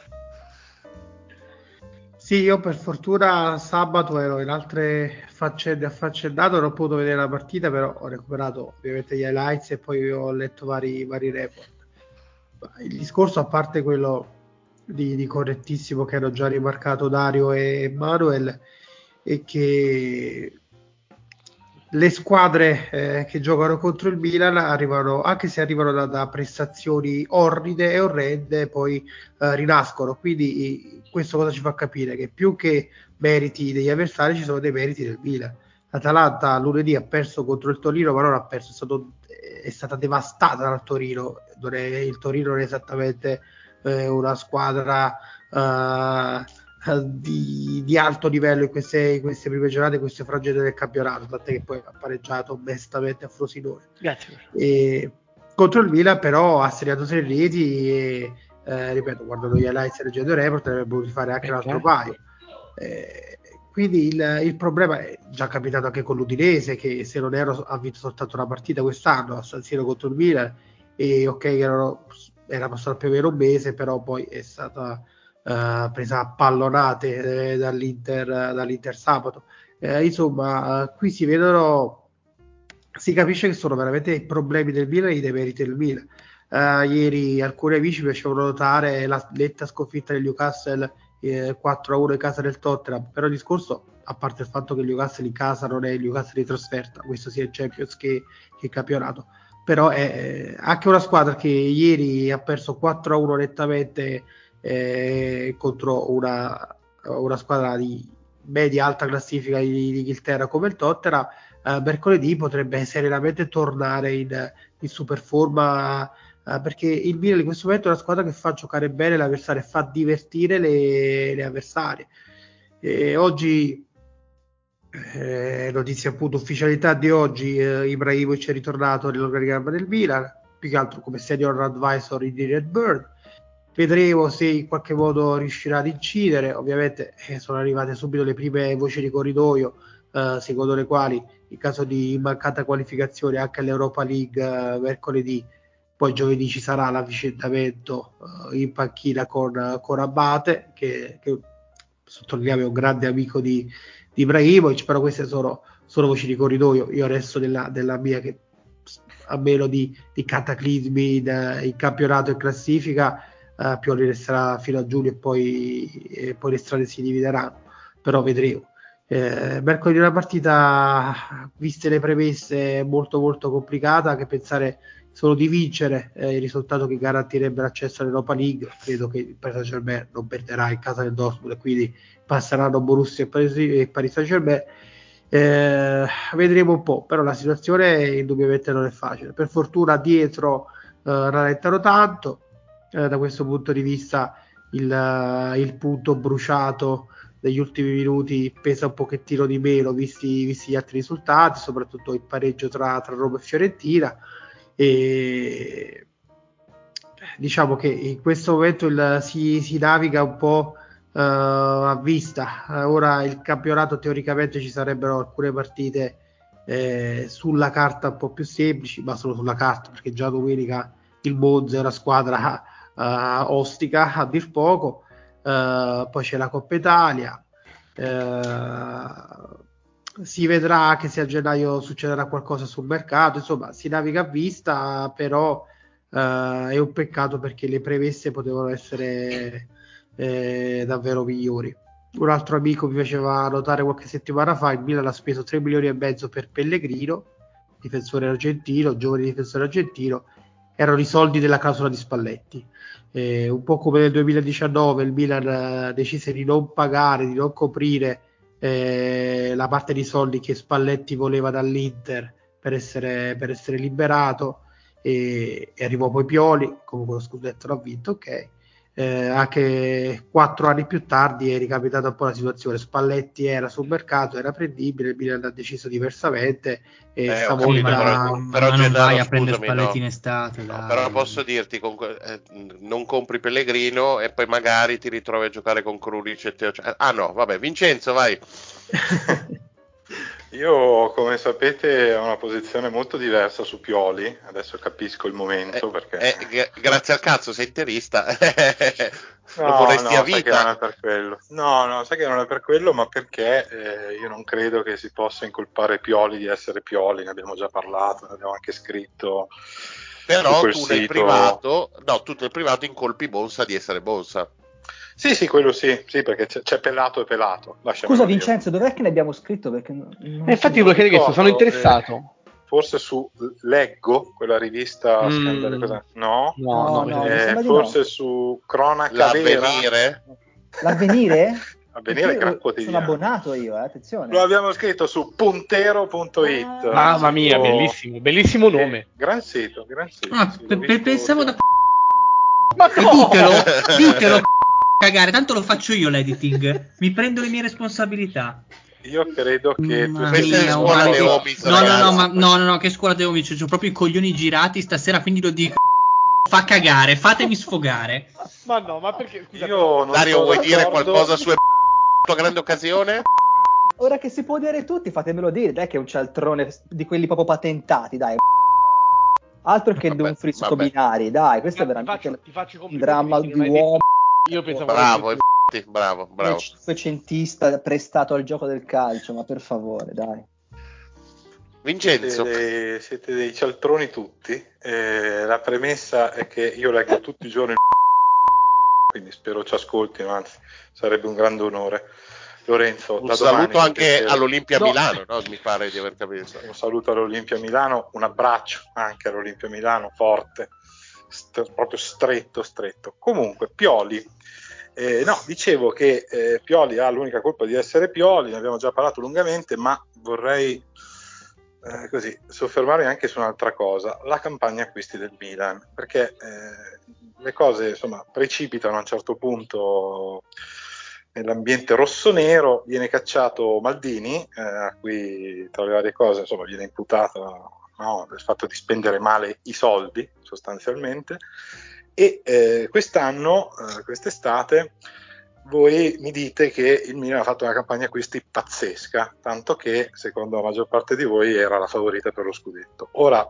Sì, io per fortuna sabato ero in altre faccende affaccendato, non ho potuto vedere la partita, però ho recuperato ovviamente gli highlights e poi ho letto vari report. Il discorso, a parte quello di correttissimo che hanno già rimarcato Dario e Manuel, è che le squadre che giocano contro il Milan arrivano, anche se arrivano da prestazioni orride e orrende, poi rinascono. Quindi questo cosa ci fa capire? Che più che meriti degli avversari ci sono dei meriti del Milan. L'Atalanta lunedì ha perso contro il Torino, ma non ha perso, è stata devastata dal Torino. Il Torino non è esattamente una squadra di alto livello in queste prime giornate, in queste frangette del campionato, tant'è che poi ha pareggiato onestamente a Frosinone. Grazie. E contro il Milan però ha segnato 3 reti e ripeto, guardando gli highlights e leggendo il report, ne avrebbe voluto fare anche un altro paio. Quindi il problema è già capitato anche con l'Udinese, che se non ero ha vinto soltanto una partita quest'anno a San Siro contro il Milan, e ok, era passato più o meno un mese, però poi è stata presa a pallonate dall'Inter sabato. Insomma, qui si capisce che sono veramente i problemi del Milan e i demeriti del Milan. Ieri alcuni amici mi facevano notare la netta sconfitta del Newcastle 4-1 in casa del Tottenham, però il discorso, a parte il fatto che il Newcastle in casa non è il Newcastle di trasferta, questo sia in Champions che in campionato, però è anche una squadra che ieri ha perso 4-1 nettamente contro una squadra di media alta classifica di Inghilterra come il Tottenham. Mercoledì potrebbe serenamente tornare in super forma, perché il Milan in questo momento è una squadra che fa giocare bene l'avversario e fa divertire le avversarie. Oggi notizia appunto, ufficialità di oggi, Ibrahimovic è ritornato nell'organigramma del Milan, più che altro come senior advisor di Redbird. Vedremo se in qualche modo riuscirà ad incidere. Ovviamente sono arrivate subito le prime voci di corridoio, secondo le quali in caso di mancata qualificazione anche all'Europa League mercoledì, poi giovedì ci sarà l'avvicendamento in panchina con Abate, che sottolineiamo è un grande amico di Ibrahimovic, però queste sono voci di corridoio. Io resto della mia, che a meno di cataclismi in campionato e classifica, Pioli resterà fino a giugno e poi le strade si divideranno, però vedremo. Mercoledì una partita, viste le premesse, molto molto complicata, che pensare solo di vincere il risultato che garantirebbe l'accesso all'Europa League. Credo che il Paris Saint-Germain non perderà in casa del Dortmund e quindi passeranno Borussia e Paris Saint-Germain. Vedremo un po', però la situazione indubbiamente non è facile. Per fortuna dietro rallentano tanto, da questo punto di vista il punto bruciato degli ultimi minuti pesa un pochettino di meno visti gli altri risultati, soprattutto il pareggio tra Roma e Fiorentina, e diciamo che in questo momento si naviga un po' a vista. Ora il campionato, teoricamente ci sarebbero alcune partite sulla carta un po' più semplici, ma solo sulla carta, perché già domenica il Monza è una squadra ostica a dir poco. Poi c'è la Coppa Italia, si vedrà anche se a gennaio succederà qualcosa sul mercato, insomma si naviga a vista, però è un peccato perché le premesse potevano essere davvero migliori. Un altro amico mi faceva notare qualche settimana fa: il Milan ha speso 3 milioni e mezzo per Pellegrino, difensore argentino, giovane difensore argentino. Erano i soldi della clausola di Spalletti. Un po' come nel 2019 il Milan decise di non pagare, di non coprire la parte di soldi che Spalletti voleva dall'Inter per essere liberato, e arrivò poi Pioli, comunque lo scudetto l'ha vinto, ok. Anche 4 anni più tardi è ricapitata un po' la situazione. Spalletti era sul mercato, era prendibile, il Milan ha deciso diversamente e Capito, però non Gennaro, vai a prendere scusami, Spalletti no. in estate, No, dai. però posso dirti, non compri Pellegrino e poi magari ti ritrovi a giocare con Krunic e Teo. No, vabbè, Vincenzo, vai. Io, come sapete, ho una posizione molto diversa su Pioli. Adesso capisco il momento perché. Grazie al cazzo, sei interista. Lo No, vorresti a sai che non vita. è per quello. No, sai che non è per quello, ma perché io non credo che si possa incolpare Pioli di essere Pioli. Ne abbiamo già parlato, ne abbiamo anche scritto su Però quel tu nel sito. privato incolpi Bonsa di essere Bonsa. Sì, quello sì, perché c'è pelato e pelato. Scusa Vincenzo, dov'è che ne abbiamo scritto? Perché infatti volevo chiedere questo, sono interessato. Forse su Leggo, quella rivista scandalosa. No, mi sembra di forse no. su Cronaca Vera. L'Avvenire? Avvenire è gran quotidiano. Sono abbonato io, attenzione. Lo abbiamo scritto su puntero.it. Mamma mia, bellissimo nome. Gran sito. Pensavo da ma no! ditelo cagare, tanto lo faccio io l'editing, mi prendo le mie responsabilità. Io credo che questa è scuola De Omis, no, che scuola De Omis, c'ho proprio i coglioni girati stasera, quindi lo dico. Fa cagare, fatemi sfogare. Ma no, ma perché? Scusa, Dario, vuoi dire qualcosa su tua grande occasione? Ora che si può dire tutti, fatemelo dire, dai, che è un cialtrone di quelli proprio patentati, dai. Altro che Don Frisco Binari, dai, questo è veramente un dramma di uomo. Io pensavo bravo. Un cinquecentista prestato al gioco del calcio, ma per favore, dai. Vincenzo, siete dei cialtroni tutti. La premessa è che io leggo tutti i giorni, quindi spero ci ascoltino, anzi sarebbe un grande onore. Lorenzo, un da saluto domani anche all'Olimpia Milano, no? Mi pare di aver capito. Un saluto all'Olimpia Milano, un abbraccio anche all'Olimpia Milano, forte, proprio stretto. Comunque, Pioli. Dicevo che Pioli ha l'unica colpa di essere Pioli, ne abbiamo già parlato lungamente, ma vorrei soffermarmi anche su un'altra cosa, la campagna acquisti del Milan, perché le cose insomma precipitano a un certo punto nell'ambiente rossonero. Viene cacciato Maldini, a cui tra le varie cose insomma viene imputato il fatto di spendere male i soldi sostanzialmente, e quest'estate voi mi dite che il Milan ha fatto una campagna acquisti pazzesca, tanto che secondo la maggior parte di voi era la favorita per lo scudetto. Ora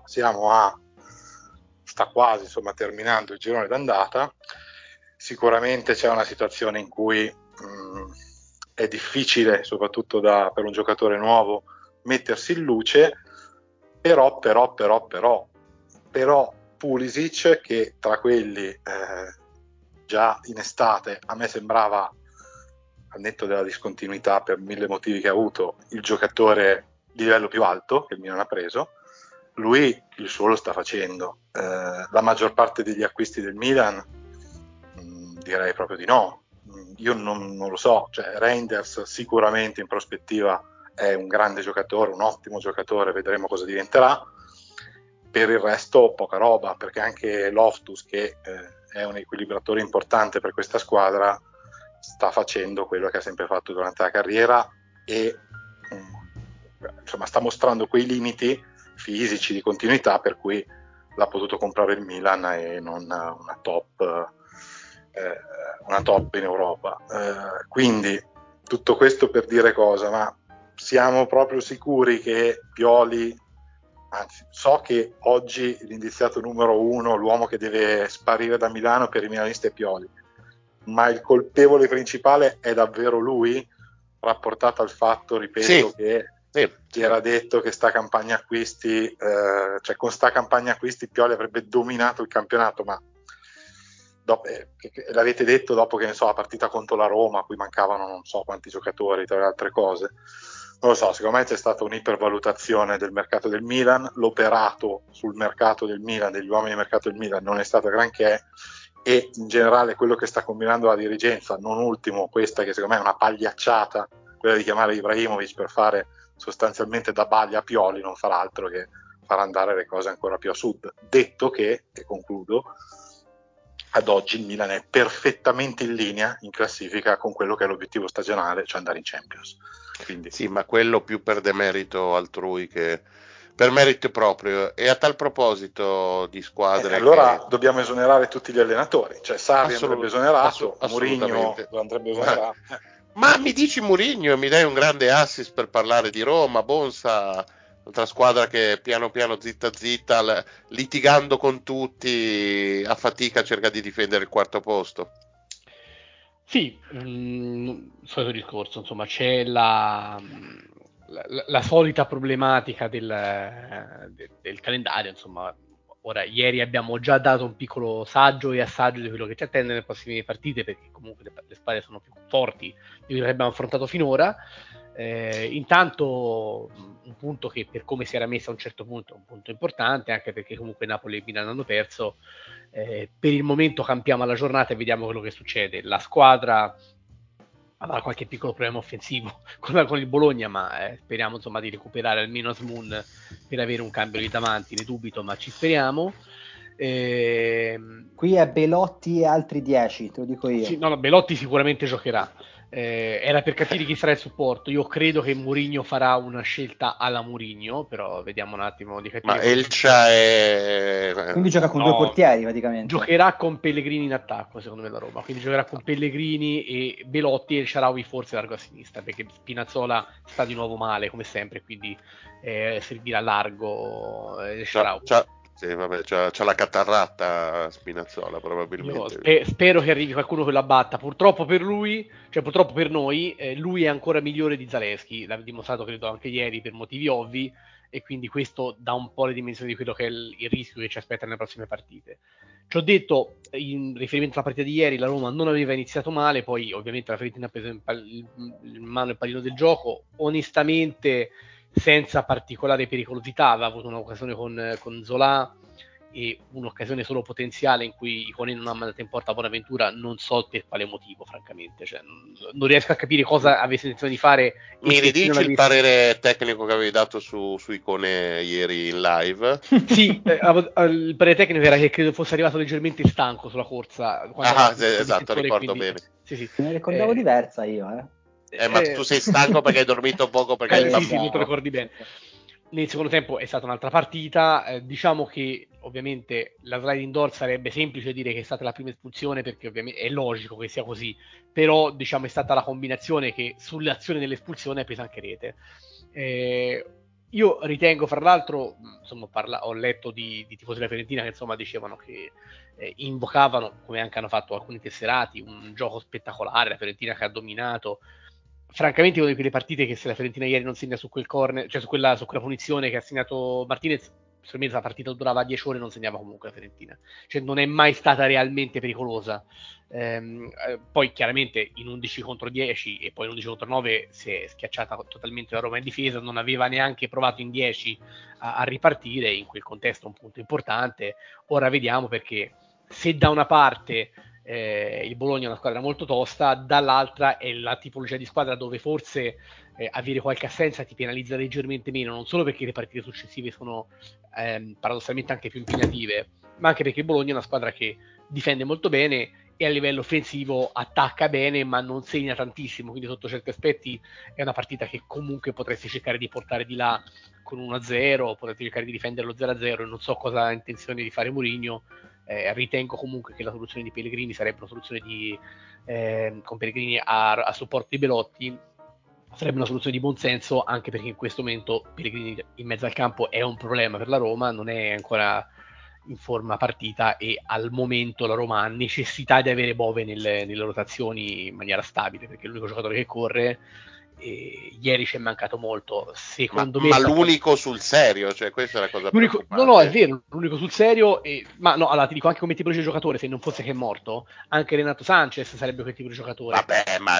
sta quasi terminando il girone d'andata. Sicuramente c'è una situazione in cui è difficile, soprattutto per un giocatore nuovo, mettersi in luce, però Pulisic, che tra quelli già in estate a me sembrava, al netto della discontinuità per 1000 motivi che ha avuto, il giocatore di livello più alto che il Milan ha preso, lui il suo lo sta facendo. La maggior parte degli acquisti del Milan direi proprio di no. Io non lo so, Reinders sicuramente in prospettiva è un grande giocatore, un ottimo giocatore, vedremo cosa diventerà. Per il resto poca roba, perché anche Loftus, che è un equilibratore importante per questa squadra, sta facendo quello che ha sempre fatto durante la carriera e sta mostrando quei limiti fisici di continuità per cui l'ha potuto comprare il Milan e non una top in Europa. Quindi tutto questo per dire cosa? Ma siamo proprio sicuri che Pioli, anzi so che oggi l'indiziato numero 1, l'uomo che deve sparire da Milano per i milanisti è Pioli, ma il colpevole principale è davvero lui, rapportato al fatto, ripeto, che era detto che sta campagna acquisti, cioè con sta campagna acquisti Pioli avrebbe dominato il campionato, ma l'avete detto dopo, che ne so, la partita contro la Roma, a cui mancavano non so quanti giocatori, tra le altre cose. Non lo so, secondo me c'è stata un'ipervalutazione del mercato del Milan, l'operato sul mercato del Milan, degli uomini del mercato del Milan non è stato granché, e in generale quello che sta combinando la dirigenza, non ultimo questa che secondo me è una pagliacciata, quella di chiamare Ibrahimovic per fare sostanzialmente da Baglia a Pioli, non farà altro che far andare le cose ancora più a sud. Detto che, e concludo, ad oggi il Milan è perfettamente in linea in classifica con quello che è l'obiettivo stagionale, cioè andare in Champions. Quindi sì, ma quello più per demerito altrui che per merito proprio. E a tal proposito di squadre allora dobbiamo esonerare tutti gli allenatori, cioè Sarri andrebbe esonerato, assolutamente. Mourinho lo andrebbe esonerato. Ma mi dici Mourinho e mi dai un grande assist per parlare di Roma, Bonsa, altra squadra che piano piano, zitta zitta, litigando con tutti, a fatica cerca di difendere il quarto posto. Sì, solito discorso, insomma, c'è la solita problematica del calendario, insomma. Ora, ieri abbiamo già dato un piccolo saggio e assaggio di quello che ci attende nelle prossime partite, perché comunque le squadre sono più forti di quello che abbiamo affrontato finora. Intanto un punto che, per come si era messa a un certo punto, è un punto importante, anche perché comunque Napoli e Milan hanno perso. Per il momento campiamo alla giornata e vediamo quello che succede. La squadra avrà qualche piccolo problema offensivo con il Bologna, ma speriamo insomma di recuperare almeno Asmun per avere un cambio lì davanti, ne dubito, ma ci speriamo. Qui è Belotti e altri 10, te lo dico io. Sì, no, Belotti sicuramente giocherà. Era per capire chi sarà il supporto. Io credo che Mourinho farà una scelta alla Mourinho, però vediamo un attimo di capire. Ma Elcia è... Quindi gioca con due portieri praticamente. Giocherà con Pellegrini in attacco, secondo me, la Roma. Quindi giocherà con Pellegrini e Belotti, e il Shaarawy forse largo a sinistra, perché Spinazzola sta di nuovo male, come sempre, quindi servirà largo il Shaarawy. Sì, vabbè, c'ha la catarratta Spinazzola probabilmente. Io spero che arrivi qualcuno che la batta. Purtroppo per lui, cioè purtroppo per noi, lui è ancora migliore di Zalewski. L'ha dimostrato credo anche ieri per motivi ovvi, e quindi questo dà un po' le dimensioni di quello che è il rischio che ci aspetta nelle prossime partite. Ci ho detto, in riferimento alla partita di ieri, la Roma non aveva iniziato male, poi ovviamente la Fiorentina ha preso in mano il pallino del gioco, onestamente senza particolare pericolosità. Aveva avuto un'occasione con Zola e un'occasione solo potenziale in cui Iconé non ha mandato in porta Bonaventura, non so per quale motivo, francamente, cioè, non riesco a capire cosa avesse intenzione di fare. Mi ridici il parere tecnico che avevi dato su Iconé ieri in live? Sì, il parere tecnico era che credo fosse arrivato leggermente stanco sulla corsa. Esatto, ricordo quindi, bene. Sì. Me ne ricordavo diversa io, ma tu sei stanco perché hai dormito poco, perché hai il bambino. Sì, non te lo ricordi bene. Nel secondo tempo è stata un'altra partita, diciamo che ovviamente la sliding door sarebbe semplice dire che è stata la prima espulsione, perché ovviamente è logico che sia così, però diciamo è stata la combinazione che sull'azione dell'espulsione ha preso anche rete. Io ritengo, fra l'altro, insomma, ho letto di tifosi della Fiorentina che insomma dicevano che invocavano, come anche hanno fatto alcuni tesserati, un gioco spettacolare, la Fiorentina che ha dominato. Francamente, una di quelle partite che se la Fiorentina ieri non segna su quel corner, cioè su quella punizione che ha segnato Martinez, secondo me la partita durava 10 ore e non segnava comunque la Fiorentina, cioè non è mai stata realmente pericolosa. Poi chiaramente in 11 contro 10 e poi in 11 contro 9 si è schiacciata totalmente la Roma in difesa, non aveva neanche provato in 10 a ripartire, in quel contesto un punto importante. Ora vediamo, perché se da una parte il Bologna è una squadra molto tosta, dall'altra è la tipologia di squadra dove forse avere qualche assenza ti penalizza leggermente meno, non solo perché le partite successive sono paradossalmente anche più impegnative, ma anche perché il Bologna è una squadra che difende molto bene e a livello offensivo attacca bene, ma non segna tantissimo, quindi sotto certi aspetti è una partita che comunque potresti cercare di portare di là con 1-0, potresti cercare di difendere lo 0-0, e non so cosa ha intenzione di fare Mourinho. Ritengo comunque che la soluzione di Pellegrini sarebbe una soluzione con Pellegrini a supporto di Belotti, sarebbe una soluzione di buonsenso, anche perché in questo momento Pellegrini in mezzo al campo è un problema per la Roma, non è ancora in forma partita e al momento la Roma ha necessità di avere Bove nelle rotazioni in maniera stabile, perché è l'unico giocatore che corre. E ieri ci è mancato molto, secondo me. Ma l'unico sul serio, cioè questa è la cosa preoccupante. No, è vero, l'unico sul serio. Ma no, allora ti dico, anche come tipologia di giocatore, se non fosse che è morto, anche Renato Sanchez sarebbe quel tipo di giocatore. Vabbè, ma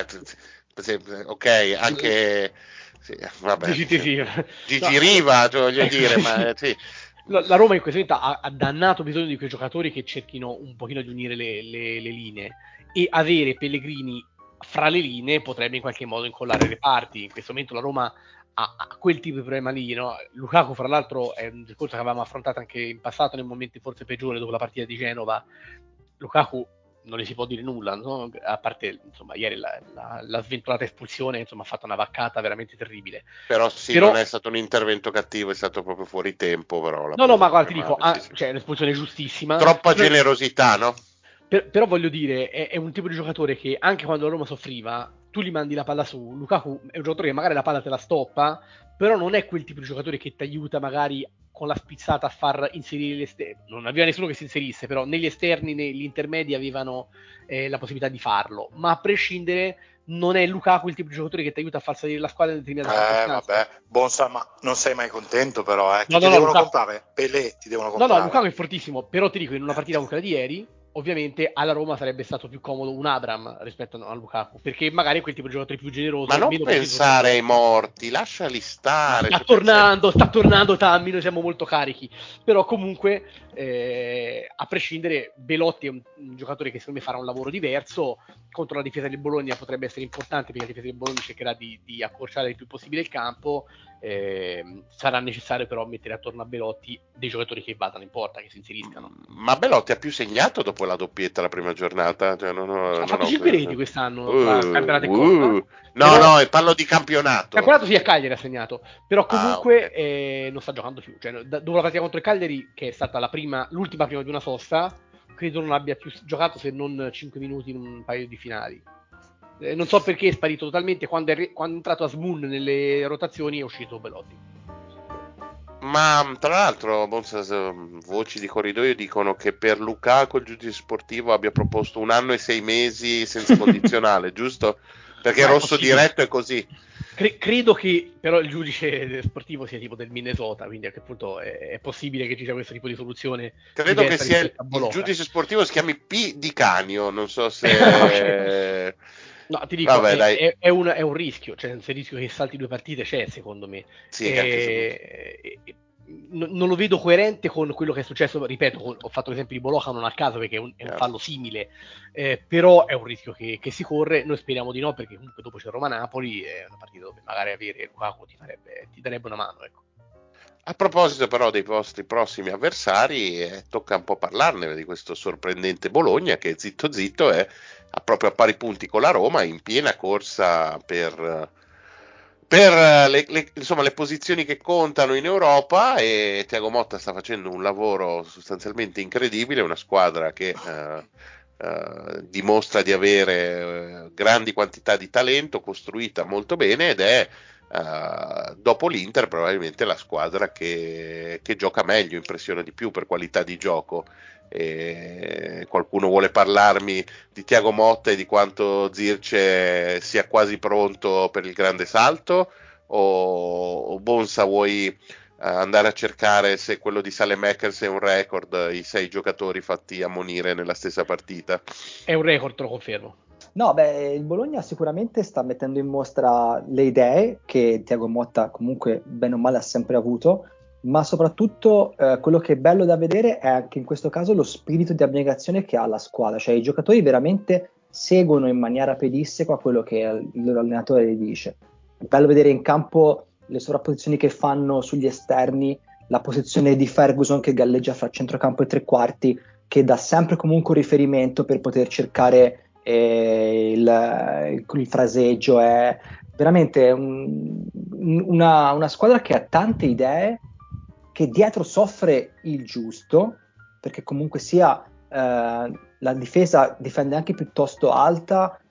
ok, anche vabbè, Sì. Gigi Riva, cioè, voglio dire, ma sì. La Roma in questo momento ha dannato bisogno di quei giocatori che cerchino un pochino di unire le linee, e avere Pellegrini fra le linee potrebbe in qualche modo incollare le parti. In questo momento la Roma ha quel tipo di problema lì, no? Lukaku, fra l'altro, è un discorso che avevamo affrontato anche in passato, nei momenti forse peggiori, dopo la partita di Genova. Lukaku non gli si può dire nulla, no? A parte, insomma, ieri la sventurata espulsione, insomma, ha fatto una vaccata veramente terribile. Però non è stato un intervento cattivo, è stato proprio fuori tempo, però. No, ma guarda, ti dico, sì. cioè, un'espulsione giustissima. Troppa generosità, no? Però voglio dire, è un tipo di giocatore che anche quando la Roma soffriva, tu gli mandi la palla su. Lukaku è un giocatore che magari la palla te la stoppa, però non è quel tipo di giocatore che ti aiuta magari con la spizzata a far inserire gli esterni. Non aveva nessuno che si inserisse, però negli esterni, negli intermedi avevano la possibilità di farlo. Ma a prescindere, non è Lukaku il tipo di giocatore che ti aiuta a far salire la squadra in determinate circostanze. Vabbè, Bonsa, ma non sei mai contento però, No, ti devono Lukaku... comprare? Pelé ti devono comprare? No, Lukaku è fortissimo, però ti dico, in una partita come quella di ieri, ovviamente alla Roma sarebbe stato più comodo un Abraham rispetto a Lukaku, perché magari è quel tipo di giocatore più generoso. Ma non pensare ai morti, lasciali stare. Sta tornando Tammy, noi siamo molto carichi, però comunque a prescindere, Belotti è un giocatore che secondo me farà un lavoro diverso. Contro la difesa del Bologna potrebbe essere importante, perché la difesa del Bologna cercherà di accorciare il più possibile il campo. Sarà necessario però mettere attorno a Belotti dei giocatori che vadano in porta, che si inseriscano. Ma Belotti ha più segnato dopo la doppietta la prima giornata, cioè ha fatto 5 reti quest'anno tra campionato e Coppa. No, parlo di campionato. Campionato sì, a Cagliari ha segnato, però comunque okay. Non sta giocando più, cioè, dopo la partita contro il Cagliari, che è stata l'ultima prima di una sosta, credo non abbia più giocato se non 5 minuti in un paio di finali. Non so perché è sparito totalmente. Quando è entrato Asmun nelle rotazioni è uscito Belotti. Ma tra l'altro voci di corridoio dicono che per Lukaku il giudice sportivo abbia proposto 1 anno e 6 mesi senza condizionale, giusto? Perché rosso diretto è così. Credo che però il giudice sportivo sia tipo del Minnesota, quindi a che punto è possibile che ci sia questo tipo di soluzione? Credo che sia il giudice sportivo si chiami P. Di Canio, non so se... No, ti dico, vabbè, è un rischio, cioè se il rischio che salti 2 partite c'è, secondo me. Sì, non lo vedo coerente con quello che è successo, ripeto, ho fatto l'esempio di Bologna non a caso perché è un fallo simile, però è un rischio che si corre. Noi speriamo di no, perché comunque dopo c'è Roma-Napoli, è una partita dove magari avere Lukaku ti darebbe una mano, ecco. A proposito però dei vostri prossimi avversari, tocca un po' parlarne di questo sorprendente Bologna che zitto è proprio a pari punti con la Roma, in piena corsa per le posizioni che contano in Europa, e Thiago Motta sta facendo un lavoro sostanzialmente incredibile, una squadra che dimostra di avere grandi quantità di talento, costruita molto bene, ed è dopo l'Inter probabilmente la squadra che gioca meglio, impressiona di più per qualità di gioco. E qualcuno vuole parlarmi di Thiago Motta e di quanto Zirce sia quasi pronto per il grande salto, o Bonsa vuoi andare a cercare se quello di Saelemaekers è un record, i 6 giocatori fatti ammonire nella stessa partita? È un record, te lo confermo. No, il Bologna sicuramente sta mettendo in mostra le idee che Thiago Motta comunque bene o male ha sempre avuto, ma soprattutto quello che è bello da vedere è anche in questo caso lo spirito di abnegazione che ha la squadra, cioè i giocatori veramente seguono in maniera pedissequa quello che il loro allenatore gli dice. È bello vedere in campo le sovrapposizioni che fanno sugli esterni, la posizione di Ferguson che galleggia fra centrocampo e tre quarti, che dà sempre comunque un riferimento per poter cercare il fraseggio. È veramente una squadra che ha tante idee, che dietro soffre il giusto, perché comunque sia la difesa difende anche piuttosto alta,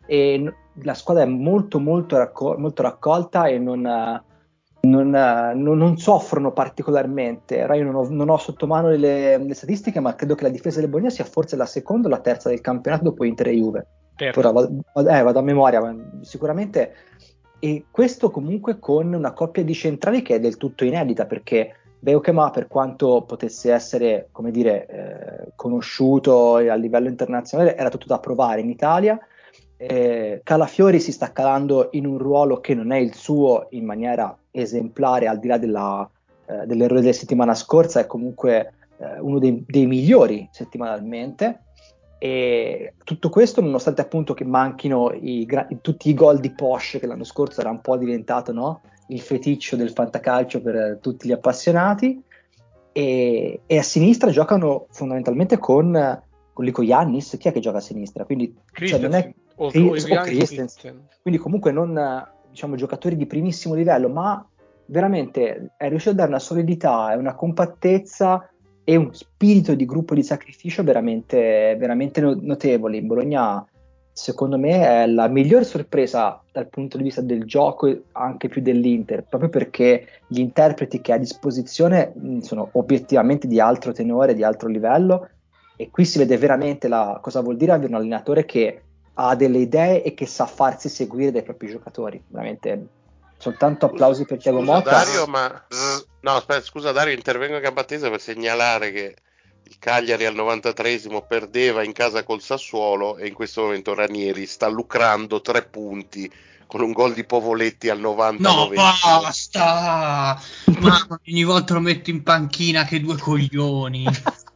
e la squadra è molto molto raccolta e non soffrono particolarmente. Ora io non ho sotto mano le statistiche, ma credo che la difesa del Bologna sia forse la seconda o la terza del campionato dopo Inter e Juve. Ora vado a memoria, ma sicuramente. E questo comunque con una coppia di centrali che è del tutto inedita, perché Beukema, per quanto potesse essere, come dire, conosciuto a livello internazionale, era tutto da provare in Italia. Calafiori si sta calando in un ruolo che non è il suo in maniera esemplare, al di là dell'errore della settimana scorsa, è comunque uno dei migliori settimanalmente. E tutto questo nonostante appunto che manchino tutti i gol di Porsche, che l'anno scorso era un po' diventato, no, il feticcio del fantacalcio per tutti gli appassionati, e a sinistra giocano fondamentalmente con Giannis. Chi è che gioca a sinistra? Quindi cioè, non è Christensen. Quindi comunque non diciamo giocatori di primissimo livello, ma veramente è riuscito a dare una solidità e una compattezza e un spirito di gruppo di sacrificio veramente, veramente notevoli. In Bologna, secondo me, è la miglior sorpresa dal punto di vista del gioco, anche più dell'Inter, proprio perché gli interpreti che ha a disposizione sono obiettivamente di altro tenore, di altro livello, e qui si vede veramente cosa vuol dire avere un allenatore che ha delle idee e che sa farsi seguire dai propri giocatori. Veramente soltanto applausi per Thiago Motta. Scusa Dario, intervengo a gamba tesa per segnalare che il Cagliari al 93esimo perdeva in casa col Sassuolo e in questo momento Ranieri sta lucrando 3 punti con un gol di Povoletti al 99esimo. No, basta! Mamma, ogni volta lo metto in panchina, che due coglioni.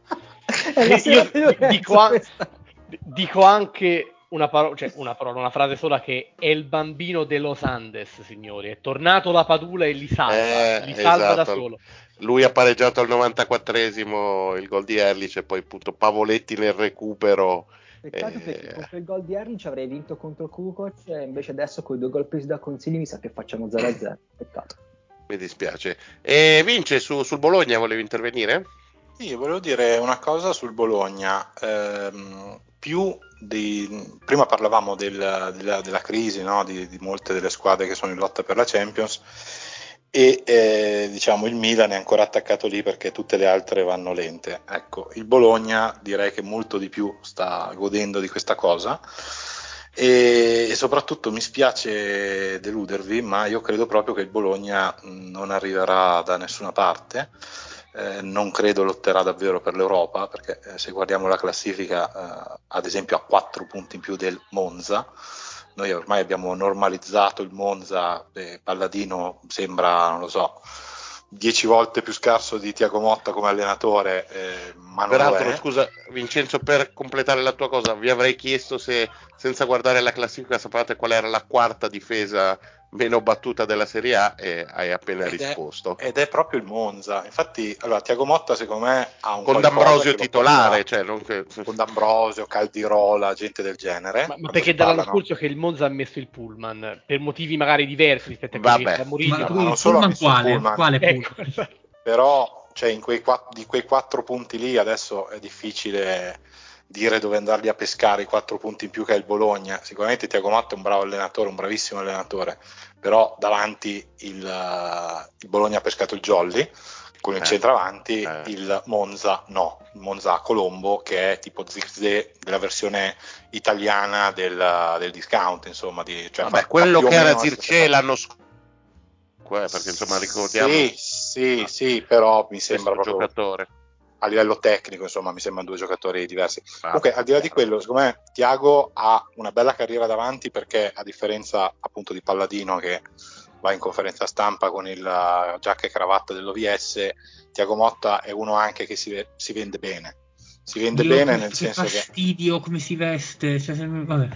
Io dico anche una frase sola, che è il bambino de Los Andes, signori. È tornato la Padula e li salva esatto. Da solo. Lui ha pareggiato al 94esimo il gol di Erlich e poi appunto Pavoletti nel recupero. Peccato perché con quel gol di Erlich avrei vinto contro Kukoc, e invece adesso con i 2 gol presi da Consigli mi sa che facciamo 0-0. Peccato. Mi dispiace. E Vince, sul Bologna volevi intervenire? Sì, volevo dire una cosa sul Bologna. Prima parlavamo della crisi, no? di molte delle squadre che sono in lotta per la Champions, e diciamo il Milan è ancora attaccato lì perché tutte le altre vanno lente. Ecco, il Bologna direi che molto di più sta godendo di questa cosa, e soprattutto mi spiace deludervi, ma io credo proprio che il Bologna non arriverà da nessuna parte. Non credo lotterà davvero per l'Europa, perché se guardiamo la classifica, ad esempio a 4 punti in più del Monza, noi ormai abbiamo normalizzato il Monza, Palladino sembra, non lo so, 10 volte più scarso di Thiago Motta come allenatore, ma non peraltro lo è. Scusa Vincenzo, per completare la tua cosa, vi avrei chiesto se, senza guardare la classifica, sapevate qual era la quarta difesa meno battuta della Serie A, e hai appena risposto. Ed è proprio il Monza. Infatti, allora, Thiago Motta secondo me ha un con D'Ambrosio titolare, cioè non che... con D'Ambrosio, Caldirola, gente del genere. Ma perché dall'anno scorso che il Monza ha messo il pullman per motivi magari diversi rispetto a quelli che fa Mourinho. Ma non solo pullman quale pullman? Però cioè, di quei 4 punti lì adesso è difficile dire dove andarli a pescare, i 4 punti in più che è il Bologna. Sicuramente Thiago Motta è un bravo allenatore, un bravissimo allenatore, però davanti il Bologna ha pescato il Jolly con il centravanti, il Monza no, il Monza ha Colombo, che è tipo Zirkzee della versione italiana del discount, insomma, quello che era Zirkzee l'anno scorso, perché insomma ricordiamo sì, però mi sembra proprio giocatore a livello tecnico, insomma, mi sembrano 2 giocatori diversi. Comunque, al di là di quello, secondo me Thiago ha una bella carriera davanti, perché a differenza appunto di Palladino, che va in conferenza stampa con il giacca e cravatta dell'OVS, Thiago Motta è uno anche che si vende bene. Si vende bene nel senso che... fastidio come si veste, cioè, vabbè.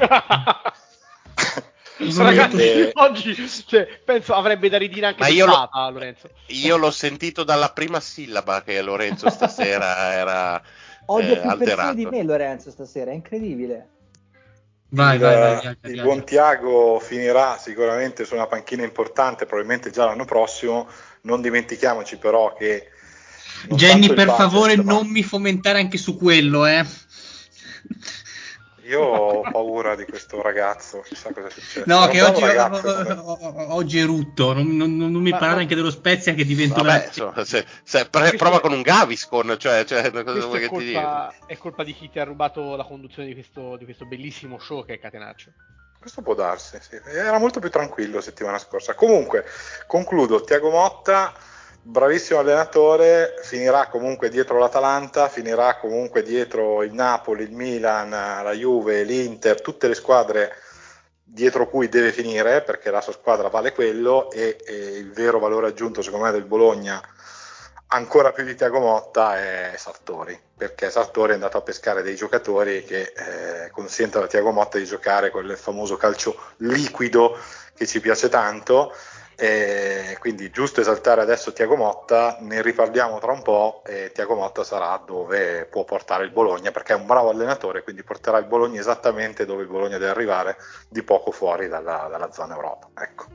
Ragazzi, oggi penso avrebbe da ridire anche Lorenzo. Io l'ho sentito dalla prima sillaba che Lorenzo stasera era odia più alterato. persone di me Lorenzo stasera, è incredibile. Vai, il buon Thiago finirà sicuramente su una panchina importante, probabilmente già l'anno prossimo. Non dimentichiamoci però che Jenny, per favore, non mi fomentare anche su quello, Io ho paura di questo ragazzo, chissà cosa succede. No, È un che bravo oggi, ragazzo, secondo me. oggi è rutto, non mi parlare anche dello Spezia che divento Vabbè, veramente... insomma, Questo prova è- con un Gaviscon, cioè cosa Questo vuoi che ti dica? è colpa di chi ti ha rubato la conduzione di questo bellissimo show che è Catenaccio. Questo può darsi, sì. Era molto più tranquillo settimana scorsa. Comunque, concludo, Thiago Motta, bravissimo allenatore, finirà comunque dietro l'Atalanta, finirà comunque dietro il Napoli, il Milan, la Juve, l'Inter, tutte le squadre dietro cui deve finire, perché la sua squadra vale quello, e il vero valore aggiunto secondo me del Bologna, ancora più di Thiago Motta, è Sartori, perché Sartori è andato a pescare dei giocatori che consentono a Thiago Motta di giocare quel famoso calcio liquido che ci piace tanto. Quindi giusto esaltare adesso Thiago Motta, ne riparliamo tra un po', e Thiago Motta sarà dove può portare il Bologna, perché è un bravo allenatore, quindi porterà il Bologna esattamente dove il Bologna deve arrivare, di poco fuori dalla zona Europa. Ecco.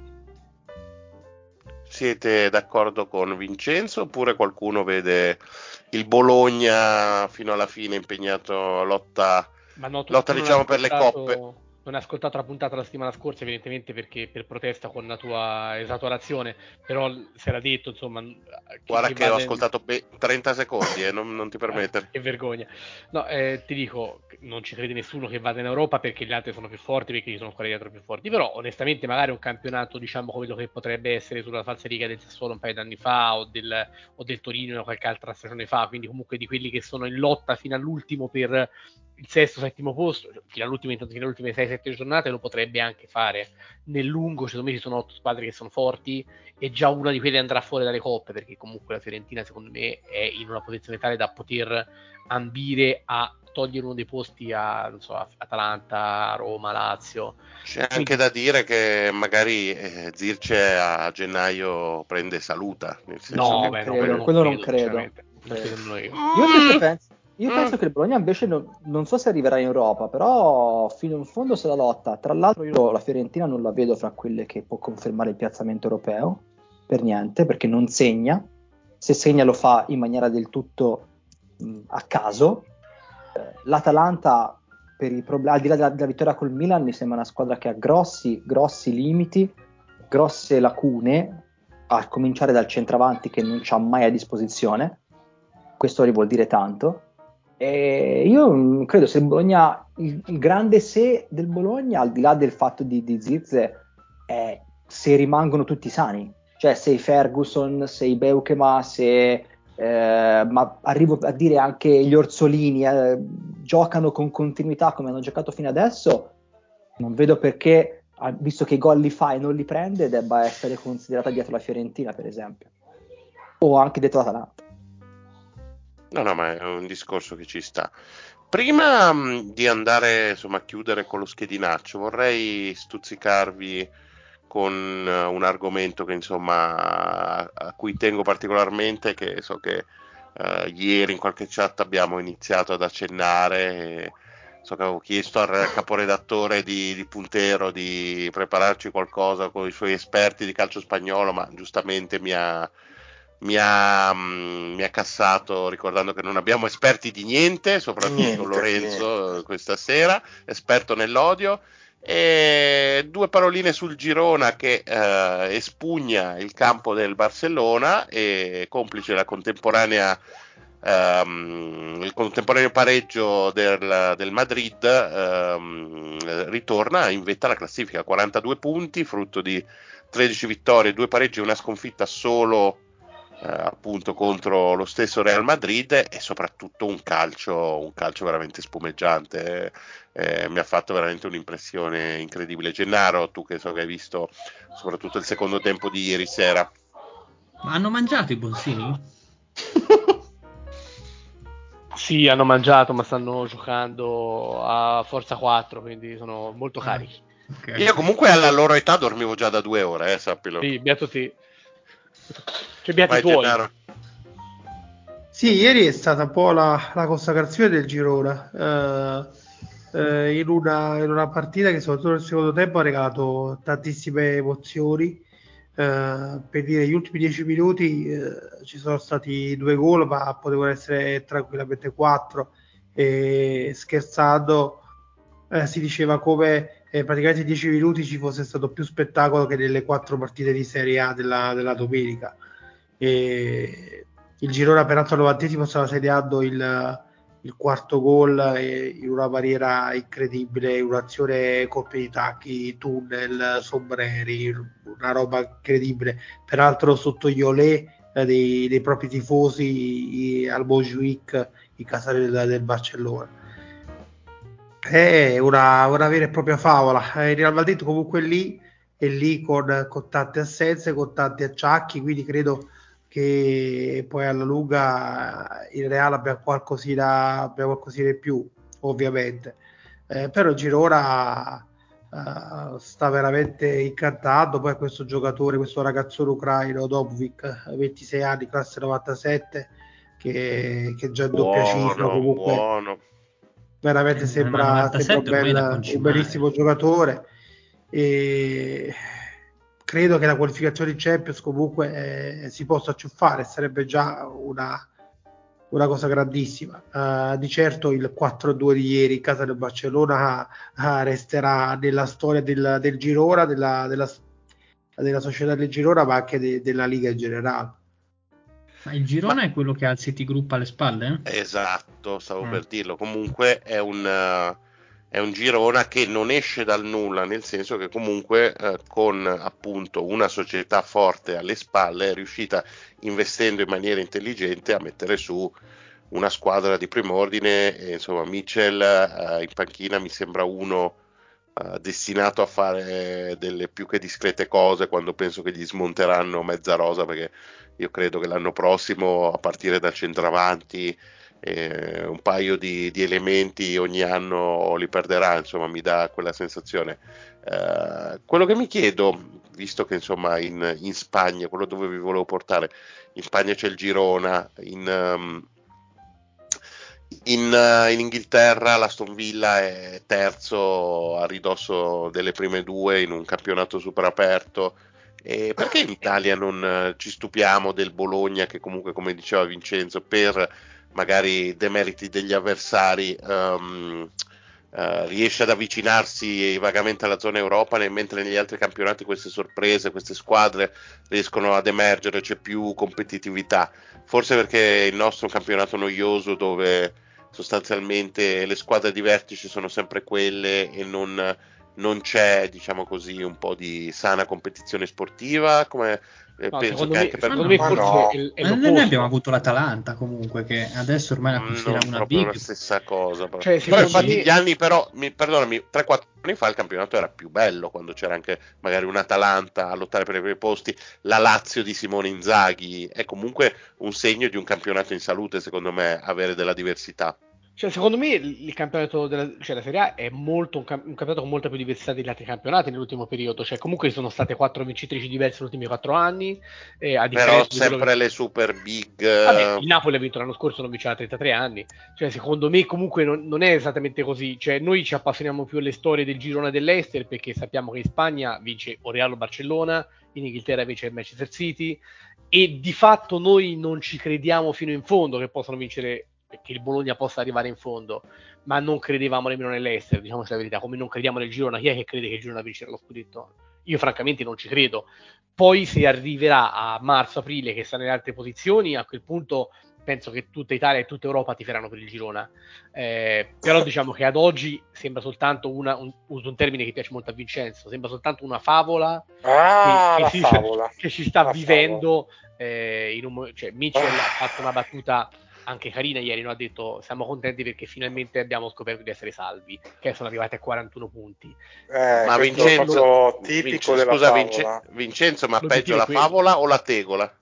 Siete d'accordo con Vincenzo oppure qualcuno vede il Bologna fino alla fine impegnato a lotta Ma no, tu non hai diciamo per le coppe? non hai ascoltato la puntata la settimana scorsa, evidentemente perché per protesta con la tua esautorazione, però si era detto, insomma, Guarda che che ho vada ascoltato 30 secondi, non ti permettere. che vergogna. No, ti dico, non ci crede nessuno che vada in Europa perché gli altri sono più forti, perché ci sono quelli dietro più forti, però onestamente magari un campionato, diciamo, come quello che potrebbe essere sulla falsariga del Sassuolo un paio d'anni fa o del Torino qualche altra stagione fa, quindi comunque di quelli che sono in lotta fino all'ultimo per il sesto, settimo posto, fino all'ultimo, intanto fino alle ultime 6-7 giornate lo potrebbe anche fare. Nel lungo, secondo me ci sono 8 squadre che sono forti e già una di quelle andrà fuori dalle coppe, perché comunque la Fiorentina secondo me è in una posizione tale da poter ambire a togliere uno dei posti a, non so, a Atalanta, Roma, Lazio. C'è anche Quindi da dire che magari Zirce a gennaio prende saluta, nel senso no, che beh, no, Quello non credo, credo. sinceramente. Non credo nemmeno io. Io invece penso che il Bologna invece non so se arriverà in Europa, però fino in fondo se la lotta. Tra l'altro io la Fiorentina non la vedo fra quelle che può confermare il piazzamento europeo, per niente, perché non segna. Se segna lo fa in maniera del tutto a caso. L'Atalanta, per i problemi, al di là della vittoria col Milan, mi sembra una squadra che ha grossi limiti, grosse lacune, a cominciare dal centravanti che non c'ha mai a disposizione. Questo vuol dire tanto. E io credo se il Bologna, il grande se del Bologna, al di là del fatto di Zirze, è se rimangono tutti sani, cioè se i Ferguson, se i Beukema, ma arrivo a dire anche gli Orsolini giocano con continuità come hanno giocato fino adesso, non vedo perché, visto che i gol li fa e non li prende, debba essere considerata dietro la Fiorentina, per esempio, o anche dietro l'Atalanta. No, ma è un discorso che ci sta. Prima di andare insomma a chiudere con lo schedinaccio, vorrei stuzzicarvi con un argomento che insomma a cui tengo particolarmente, che so che ieri in qualche chat abbiamo iniziato ad accennare. So che avevo chiesto al caporedattore di Puntero di prepararci qualcosa con i suoi esperti di calcio spagnolo, ma giustamente mi ha cassato ricordando che non abbiamo esperti di niente, soprattutto Lorenzo questa sera, esperto nell'odio. E due paroline sul Girona che espugna il campo del Barcellona e complice il contemporaneo pareggio del Madrid, ritorna in vetta alla classifica, 42 punti, frutto di 13 vittorie, 2 pareggi e una sconfitta solo appunto contro lo stesso Real Madrid, e soprattutto un calcio veramente spumeggiante. Mi ha fatto veramente un'impressione incredibile. Gennaro, tu che so che hai visto soprattutto il secondo tempo di ieri sera. Ma hanno mangiato i Bolsini? Sì, hanno mangiato, ma stanno giocando a Forza 4, quindi sono molto carichi. Okay. Io comunque alla loro età dormivo già da 2 ore, sappilo. Sì, beato te. Cioè, beati Vai, tuoi. Gennaro. Sì, ieri è stata un po' la consacrazione del Girona, in una partita che soprattutto nel secondo tempo ha regalato tantissime emozioni. Per dire, gli ultimi 10 minuti ci sono stati 2 gol, ma potevano essere tranquillamente 4, e scherzando si diceva come praticamente 10 minuti ci fosse stato più spettacolo che nelle 4 partite di Serie A della domenica. E il Girona peraltro al 90esimo stava segnando il quarto gol in una maniera incredibile, in un'azione colpi di tacchi, tunnel, sombreri, una roba incredibile, peraltro sotto gli olè dei propri tifosi al Montjuic, in casa del Barcellona. È una vera e propria favola. Il Real Madrid comunque è lì con tante assenze, con tanti acciacchi, quindi credo che poi alla lunga il Real abbia qualcosina in più, ovviamente. Però Girona sta veramente incantando. Poi questo giocatore, questo ragazzone ucraino, Dovvik, 26 anni, classe 97, che già in doppia cifra, comunque buono. veramente Ma sembra 97 ormai da un concimare. bellissimo giocatore, e credo che la qualificazione in Champions comunque si possa acciuffare, sarebbe già una cosa grandissima. Di certo il 4-2 di ieri in casa del Barcellona resterà nella storia del Girona, della società del Girona, ma anche della Liga in generale. Ma il Girona è quello che ha il City Group alle spalle? Esatto, stavo per dirlo. Comunque è un Girona che non esce dal nulla, nel senso che comunque con appunto una società forte alle spalle è riuscita, investendo in maniera intelligente, a mettere su una squadra di prim'ordine. E, insomma, Mitchell in panchina mi sembra uno destinato a fare delle più che discrete cose, quando penso che gli smonteranno mezza rosa, perché io credo che l'anno prossimo, a partire dal centravanti, un paio di elementi ogni anno li perderà, insomma mi dà quella sensazione. Quello che mi chiedo, visto che insomma in Spagna, quello dove vi volevo portare, in Spagna c'è il Girona, in Inghilterra l'Aston Villa è terzo a ridosso delle prime due in un campionato super aperto. E perché in Italia non ci stupiamo del Bologna, che comunque, come diceva Vincenzo, per magari demeriti degli avversari riesce ad avvicinarsi vagamente alla zona Europa, mentre negli altri campionati queste sorprese, queste squadre riescono ad emergere, c'è più competitività. Forse perché il nostro è un campionato noioso, dove sostanzialmente le squadre di vertice sono sempre quelle e non c'è, diciamo così, un po' di sana competizione sportiva, come No, penso che anche per secondo me Ma forse no. è Ma noi abbiamo l'opposto. avuto l'Atalanta comunque, che adesso ormai la non consideriamo una proprio la big. stessa cosa. Cioè, Però secondo infatti me, gli anni, però, perdonami, 3-4 anni fa il campionato era più bello, quando c'era anche magari un Atalanta a lottare per i primi posti, la Lazio di Simone Inzaghi. È comunque un segno di un campionato in salute, secondo me, avere della diversità. cioè, secondo me il campionato la Serie A è molto un campionato con molta più diversità degli altri campionati nell'ultimo periodo. Cioè, comunque ci sono state 4 vincitrici diverse negli ultimi 4 anni, a Però differenza di quello che... sempre le super big. Vabbè, il Napoli ha vinto l'anno scorso, non vinceva da 33 anni. Cioè, secondo me comunque non è esattamente così. Cioè, noi ci appassioniamo più alle storie del girone dell'Ester, perché sappiamo che in Spagna vince o Real o Barcellona, in Inghilterra vince il Manchester City, e di fatto noi non ci crediamo fino in fondo che possano vincere, che il Bologna possa arrivare in fondo, ma non credevamo nemmeno nell'Ester, diciamo la verità, come non crediamo nel Girona. Chi è che crede che il Girona vincerà lo scudetto? Io francamente non ci credo. Poi se arriverà a marzo-aprile che sta nelle altre posizioni, a quel punto penso che tutta Italia e tutta Europa tiferanno per il Girona. Però diciamo che ad oggi sembra soltanto uso un termine che piace molto a Vincenzo, sembra soltanto una favola La favola. che si sta La vivendo. Cioè, Mitchell ha fatto una battuta anche carina ieri, no? Ha detto siamo contenti perché finalmente abbiamo scoperto di essere salvi, che sono arrivati a 41 punti. Ma Questo è proprio tipico della favola. Vincenzo, ma peggio L'obiettivo è la quello. favola o la tegola?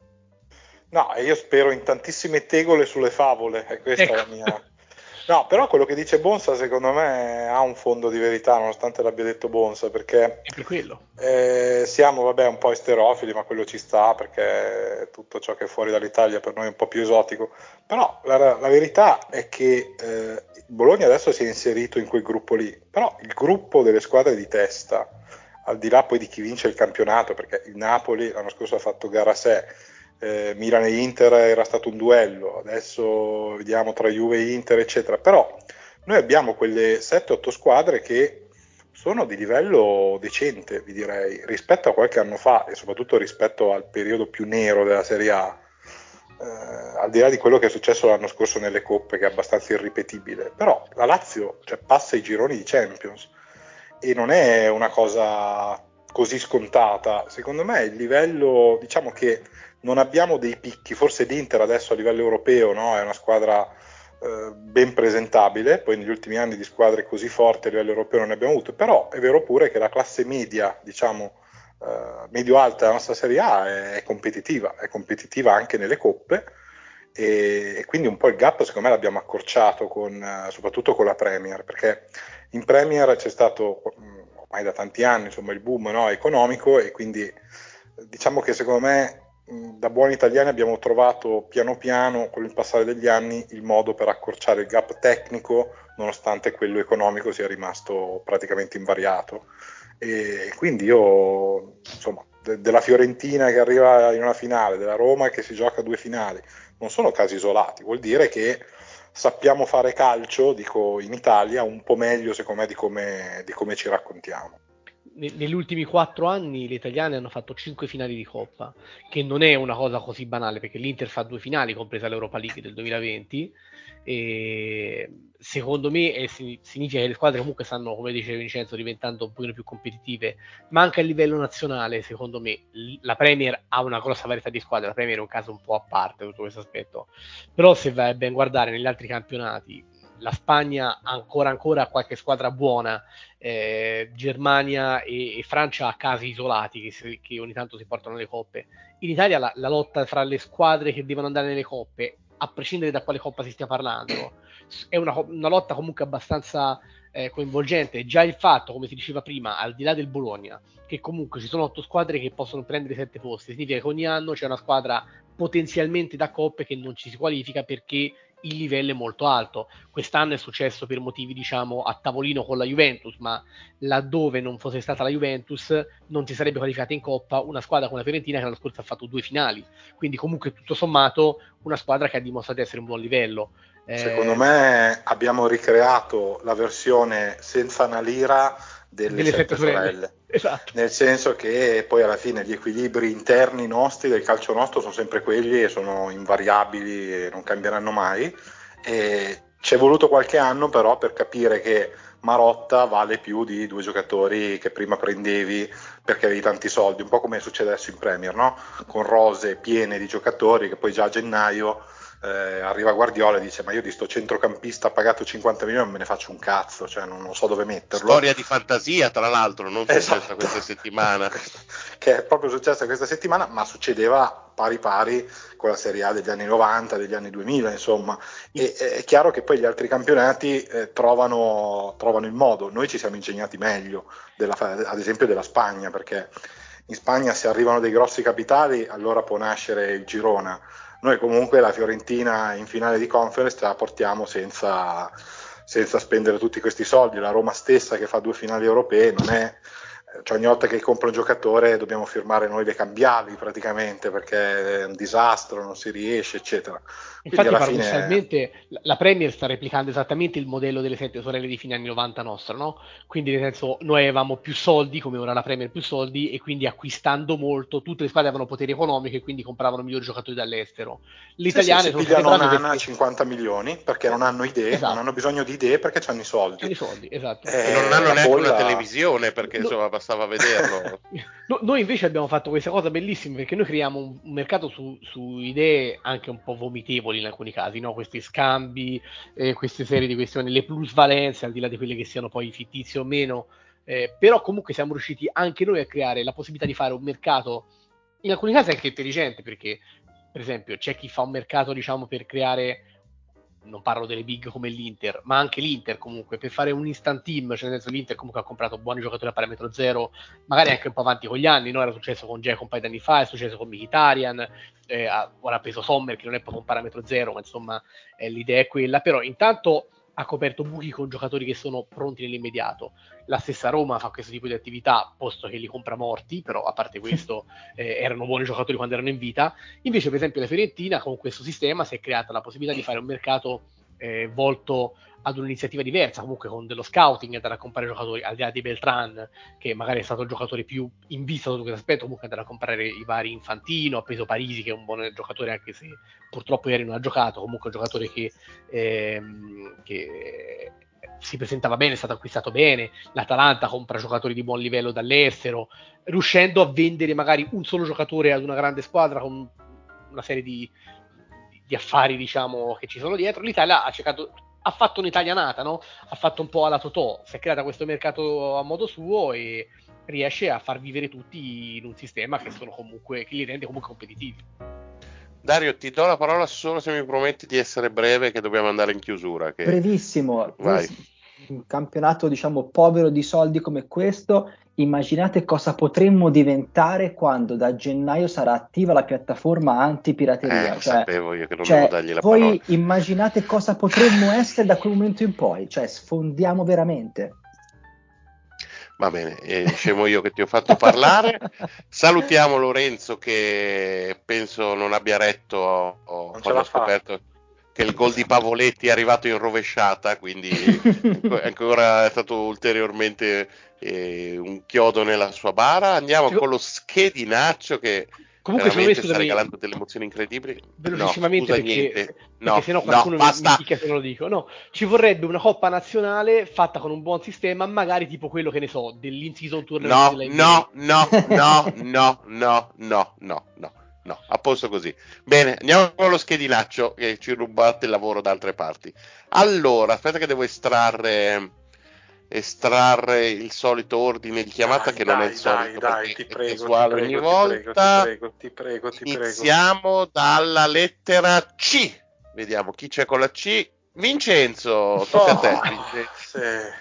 No, e io spero in tantissime tegole sulle favole, e questa è la mia... No, però quello che dice Bonsa secondo me ha un fondo di verità, nonostante l'abbia detto Bonsa, perché È per quello. siamo, vabbè, un po' esterofili, ma quello ci sta, perché tutto ciò che è fuori dall'Italia per noi è un po' più esotico. Però la verità è che il Bologna adesso si è inserito in quel gruppo lì, però il gruppo delle squadre di testa, al di là poi di chi vince il campionato, perché il Napoli l'anno scorso ha fatto gara a sé, Milan e Inter era stato un duello, adesso vediamo tra Juve e Inter eccetera, però noi abbiamo quelle 7-8 squadre che sono di livello decente, vi direi, rispetto a qualche anno fa e soprattutto rispetto al periodo più nero della Serie A, al di là di quello che è successo l'anno scorso nelle coppe, che è abbastanza irripetibile, però la Lazio, cioè, passa i gironi di Champions e non è una cosa così scontata. Secondo me il livello, diciamo che non abbiamo dei picchi, forse l'Inter adesso a livello europeo, no? È una squadra ben presentabile, poi negli ultimi anni di squadre così forti a livello europeo non ne abbiamo avute, però è vero pure che la classe media, diciamo medio-alta della nostra Serie A è competitiva anche nelle coppe, e quindi un po' il gap secondo me l'abbiamo accorciato soprattutto con la Premier, perché in Premier c'è stato ormai da tanti anni, insomma, il boom, no, economico, e quindi diciamo che secondo me da buoni italiani abbiamo trovato piano piano con il passare degli anni il modo per accorciare il gap tecnico, nonostante quello economico sia rimasto praticamente invariato. E quindi io, insomma, della Fiorentina che arriva in una finale, della Roma che si gioca 2 finali, non sono casi isolati, vuol dire che sappiamo fare calcio, dico, in Italia un po' meglio secondo me di come ci raccontiamo. Negli ultimi 4 anni le italiane hanno fatto 5 finali di Coppa, che non è una cosa così banale, perché l'Inter fa 2 finali, compresa l'Europa League del 2020, e secondo me significa che le squadre comunque stanno, come dice Vincenzo, diventando un pochino più competitive, ma anche a livello nazionale, secondo me, la Premier ha una grossa varietà di squadre, la Premier è un caso un po' a parte tutto questo aspetto, però se vai a ben guardare negli altri campionati, la Spagna ancora ha qualche squadra buona, Germania e Francia a casi isolati che ogni tanto si portano alle coppe. In Italia la lotta fra le squadre che devono andare nelle coppe, a prescindere da quale coppa si stia parlando, è una lotta comunque abbastanza coinvolgente. Già il fatto, come si diceva prima, al di là del Bologna, che comunque ci sono 8 squadre che possono prendere 7 posti, significa che ogni anno c'è una squadra potenzialmente da coppe che non ci si qualifica perché il livello è molto alto. Quest'anno è successo per motivi, diciamo, a tavolino con la Juventus, ma laddove non fosse stata la Juventus non si sarebbe qualificata in Coppa una squadra come la Fiorentina che l'anno scorso ha fatto 2 finali, quindi comunque tutto sommato una squadra che ha dimostrato di essere un buon livello. Secondo me abbiamo ricreato la versione senza una lira delle 7 sorelle. Esatto. Nel senso che poi alla fine gli equilibri interni nostri del calcio nostro sono sempre quelli e sono invariabili e non cambieranno mai, e ci è voluto qualche anno però per capire che Marotta vale più di 2 giocatori che prima prendevi perché avevi tanti soldi, un po' come succede adesso in Premier, no? Con rose piene di giocatori che poi già a gennaio arriva Guardiola e dice: ma io di sto centrocampista pagato 50 milioni non me ne faccio un cazzo, cioè non so dove metterlo. Storia di fantasia, tra l'altro, non successa Esatto. questa settimana. Che è proprio successa questa settimana, ma succedeva pari con la Serie A degli anni 90, degli anni 2000, insomma. E è chiaro che poi gli altri campionati trovano il modo. Noi ci siamo ingegnati meglio, ad esempio della Spagna, perché in Spagna se arrivano dei grossi capitali allora può nascere il Girona. Noi comunque la Fiorentina in finale di Conference la portiamo senza spendere tutti questi soldi. La Roma stessa che fa 2 finali europee non è, cioè ogni volta che compra un giocatore dobbiamo firmare noi le cambiali praticamente perché è un disastro, non si riesce, eccetera. Infatti alla paradossalmente la Premier sta replicando esattamente il modello delle 7 sorelle di fine anni 90 nostra, no? Quindi nel senso noi avevamo più soldi, come ora la Premier più soldi, e quindi acquistando molto tutte le squadre avevano potere economico e quindi compravano migliori giocatori dall'estero. Le italiane sono state pigliano brave Nana a 50 milioni perché non hanno idee, esatto. non hanno bisogno di idee perché hanno i soldi. C'hanno i soldi, esatto. E non hanno neanche una televisione perché insomma bastava vederlo. Noi invece abbiamo fatto questa cosa bellissima perché noi creiamo un mercato su idee anche un po' vomitevoli in alcuni casi, no? Questi scambi, queste serie di questioni, le plusvalenze al di là di quelle che siano poi fittizie o meno, però comunque siamo riusciti anche noi a creare la possibilità di fare un mercato in alcuni casi anche intelligente, perché per esempio c'è chi fa un mercato, diciamo, per creare, non parlo delle big come l'Inter, ma anche l'Inter comunque, per fare un instant team, cioè nel senso l'Inter comunque ha comprato buoni giocatori a parametro zero, magari anche un po' avanti con gli anni, no? Era successo con Dzeko un paio d'anni fa, è successo con Mkhitaryan, ora ha preso Sommer che non è proprio un parametro zero, ma insomma l'idea è quella, però intanto ha coperto buchi con giocatori che sono pronti nell'immediato. La stessa Roma fa questo tipo di attività, posto che li compra morti, però a parte questo erano buoni giocatori quando erano in vita. Invece, per esempio, la Fiorentina con questo sistema si è creata la possibilità di fare un mercato volto ad un'iniziativa diversa, comunque con dello scouting, andare a comprare giocatori, al di là di Beltran, che magari è stato il giocatore più in vista sotto questo aspetto, comunque andare a comprare i vari Infantino, ha preso Parisi, che è un buon giocatore, anche se purtroppo ieri non ha giocato, comunque un giocatore che si presentava bene, è stato acquistato bene, l'Atalanta compra giocatori di buon livello dall'estero, riuscendo a vendere magari un solo giocatore ad una grande squadra con una serie di affari, diciamo, che ci sono dietro. L'Italia ha fatto un'italianata, no? Ha fatto un po' alla Totò, si è creata questo mercato a modo suo e riesce a far vivere tutti in un sistema che li rende comunque competitivi. Dario, ti do la parola solo se mi prometti di essere breve, che dobbiamo andare in chiusura. Brevissimo. Vai. Un campionato, diciamo, povero di soldi come questo, immaginate cosa potremmo diventare quando da gennaio sarà attiva la piattaforma antipirateria. Sapevo io che non devo dargli la parola. Voi immaginate cosa potremmo essere da quel momento in poi, cioè sfondiamo veramente. Va bene, scemo io che ti ho fatto parlare. Salutiamo Lorenzo, che penso non abbia retto quando ha scoperto che il gol di Pavoletti è arrivato in rovesciata, quindi ancora è stato ulteriormente un chiodo nella sua bara. Andiamo con lo schedinaccio che comunque veramente sta regalando delle emozioni incredibili. Velocissimamente, no, perché sennò qualcuno mi dica se non lo dico. No, ci vorrebbe una coppa nazionale fatta con un buon sistema, magari tipo quello, che ne so, dell'in-season tournament della NBA. No, a posto così. Bene, andiamo con lo schedinaccio, che ci rubate il lavoro da altre parti. Allora, aspetta che devo estrarre il solito ordine di chiamata, che non è il solito, dai, perché ti è prego, casuale ogni volta. Ti prego. Iniziamo dalla lettera C. Vediamo chi c'è con la C. Vincenzo, tocca a te. Sì.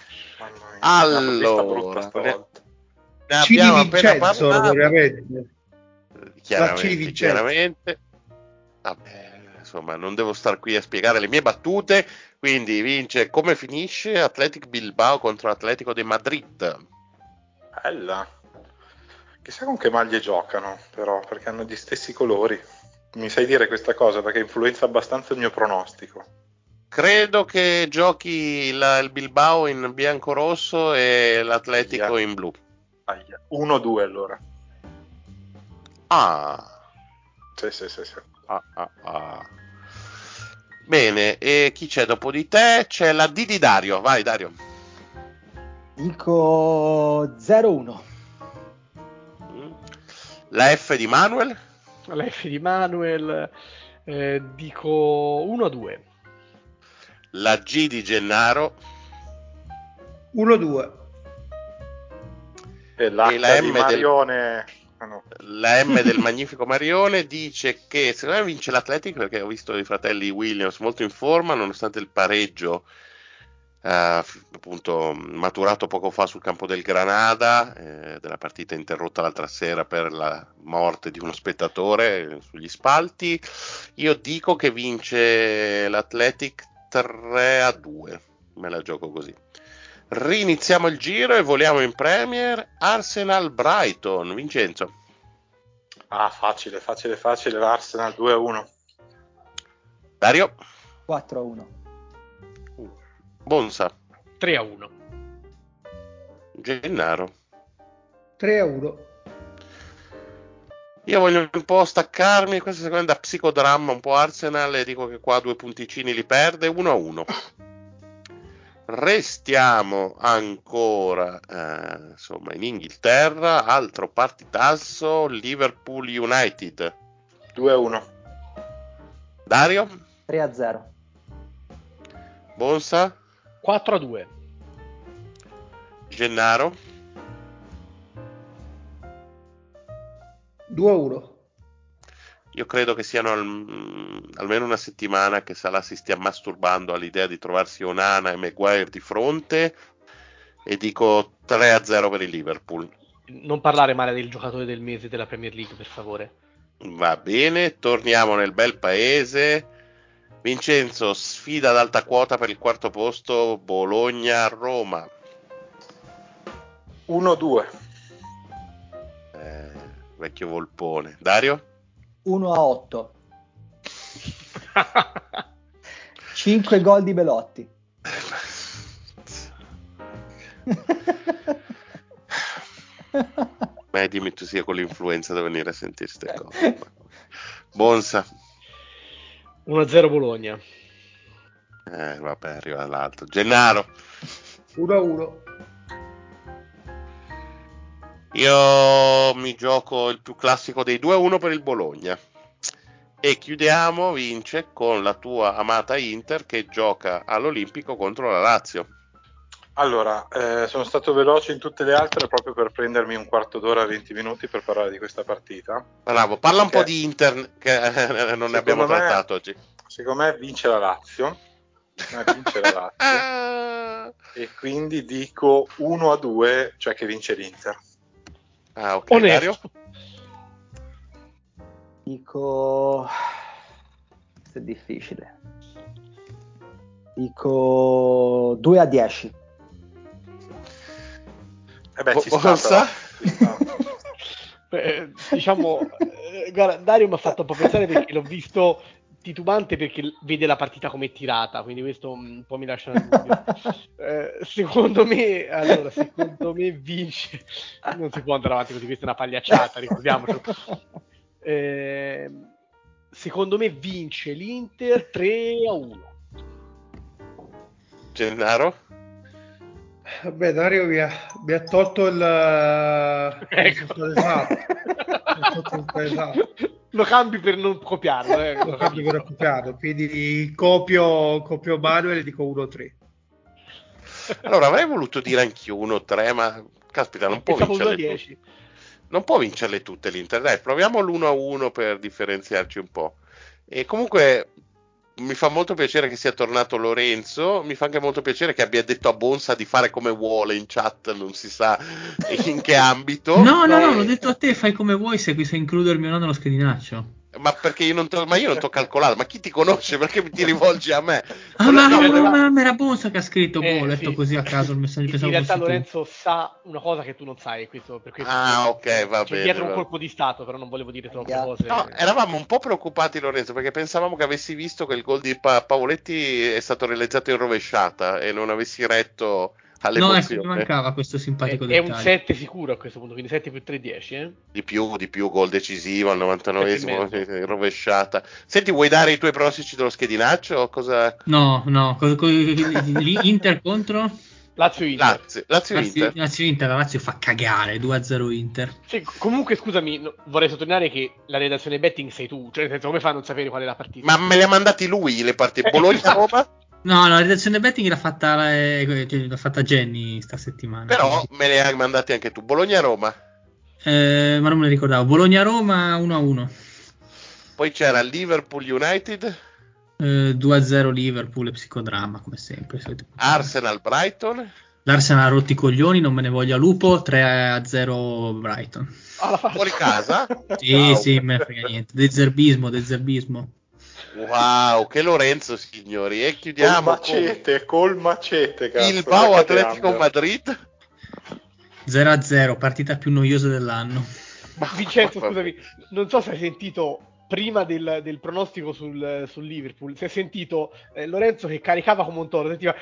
Allora, ne C di abbiamo appena Vincenzo, parlato. ovviamente. Chiaramente. Vabbè, insomma, non devo star qui a spiegare le mie battute. Quindi vince. Come finisce? Athletic Bilbao contro Atletico de Madrid. Bella. Chissà con che maglie giocano, però, perché hanno gli stessi colori. Mi sai dire questa cosa, perché influenza abbastanza il mio pronostico. Credo che giochi il Bilbao in bianco-rosso e l'Atletico in blu. 1-2 allora. Sì. Bene, e chi c'è dopo di te? C'è la D di Dario. Vai, Dario. Dico 0-1. La F di Manuel? La F di Manuel, dico 1-2. La G di Gennaro? 1-2. E la M di Marione? La M del magnifico Marione dice che secondo me vince l'Atletico, perché ho visto i fratelli Williams molto in forma, nonostante il pareggio appunto maturato poco fa sul campo del Granada, della partita interrotta l'altra sera per la morte di uno spettatore sugli spalti. Io dico che vince l'Athletic 3-2, me la gioco così. Riniziamo il giro e voliamo in Premier. Arsenal-Brighton. Vincenzo. Facile, l'Arsenal 2-1. Dario. 4-1. Bonsa. 3-1. Gennaro. 3-1. Io voglio un po' staccarmi questa seconda psicodramma, un po' Arsenal, e dico che qua 2 punticini li perde. 1-1. Restiamo ancora insomma in Inghilterra, altro partitasso, Liverpool United 2-1. Dario? 3-0. Bonsa? 4-2. Gennaro? 2-1. Io credo che siano almeno una settimana che Salah si stia masturbando all'idea di trovarsi Onana e Maguire di fronte, e dico 3-0 per il Liverpool. Non parlare male del giocatore del mese della Premier League, per favore. Va bene, torniamo nel bel paese. Vincenzo, sfida ad alta quota per il quarto posto, Bologna-Roma. 1-2. Vecchio volpone. Dario? 1-8. 5 gol di Belotti. Beh, dimmi tu sia con l'influenza da venire a sentire queste cose. Bonsa. 1-0 Bologna. Vabbè, arriva l'altro. Gennaro. 1-1. Io mi gioco il più classico dei 2-1 per il Bologna. E chiudiamo, vince, con la tua amata Inter che gioca all'Olimpico contro la Lazio. Allora, sono stato veloce in tutte le altre proprio per prendermi un quarto d'ora, 20 minuti per parlare di questa partita. Bravo, parla un po' di Inter che non ne abbiamo trattato oggi. Secondo me vince la Lazio. E quindi dico 1-2, cioè che vince l'Inter. Ah, ok. Onesto. Dario? Dico... Questo è difficile. Dico 2-10. Ci sta. Diciamo, guarda, Dario mi ha fatto un po' pensare perché l'ho visto titubante perché vede la partita come tirata, quindi questo un po' mi lascia nel dubbio. Secondo me vince, non si può andare avanti così, questa è una pagliacciata, ricordiamocelo. Secondo me vince l'Inter 3-1. Gennaro? Vabbè, Dario mi ha tolto il risultato esatto. Lo cambi per non copiarlo. Lo cambio per non copiarlo, quindi copio Manuel e dico 1-3. Allora, avrei voluto dire anch'io 1-3, ma caspita, non può vincerle tutte. Non può vincerle tutte l'Inter. Dai, proviamo l'1-1 per differenziarci un po'. E comunque mi fa molto piacere che sia tornato Lorenzo, mi fa anche molto piacere che abbia detto a Bonsa di fare come vuole in chat, non si sa in che ambito. No, l'ho detto a te, fai come vuoi se includermi o no nello schedinaccio. Ma perché io non t'ho calcolato, ma chi ti conosce? Perché ti rivolgi a me? Ma era Bonsa che ha scritto, ho letto sì. così a caso il messaggio. In realtà Lorenzo sa una cosa che tu non sai, per questo ok, va c'è bene. dietro un colpo di stato, però non volevo dire troppe cose. No, eravamo un po' preoccupati, Lorenzo, perché pensavamo che avessi visto che il gol di Pavoletti è stato realizzato in rovesciata e non avessi retto all'emozione. No, mi mancava questo simpatico dettaglio. È un 7 sicuro a questo punto, quindi 7 più 3, 10, Di più, gol decisivo al 99esimo, rovesciata. Senti, vuoi dare i tuoi pronostici dello schedinaccio? Cosa... No, Inter contro? Lazio-Inter. La Lazio fa cagare, 2-0 Inter. Sì, comunque scusami, vorrei sottolineare che la redazione betting sei tu, cioè nel senso, come fa a non sapere qual è la partita? Ma me le ha mandati lui le partite, Bologna-Roma? No, la redazione betting l'ha fatta Jenny sta settimana. Però me le hai mandati anche tu, Bologna-Roma? Ma non me ne ricordavo. Bologna-Roma 1-1. Poi c'era Liverpool-United? 2-0 Liverpool e psicodramma come sempre. Arsenal-Brighton? L'Arsenal ha rotto i coglioni, non me ne voglia lupo. 3-0 Brighton. Fuori casa? Sì, me ne frega niente. Dezerbismo. Wow, che Lorenzo, signori. E chiudiamo col macete, cazzo. Il Bilbao Atletico Madrid 0-0, partita più noiosa dell'anno. Vincenzo, scusami, non so se hai sentito prima del pronostico sul Liverpool, si è sentito Lorenzo che caricava come un toro, sentiva...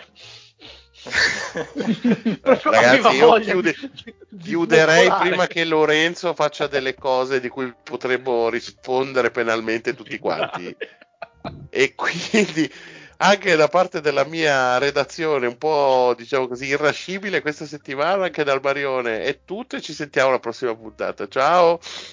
Ragazzi, io chiuderei prima che Lorenzo faccia delle cose di cui potremmo rispondere penalmente tutti quanti. E quindi anche da parte della mia redazione un po', diciamo così, irascibile questa settimana, anche dal Marione è tutto e ci sentiamo alla prossima puntata. Ciao!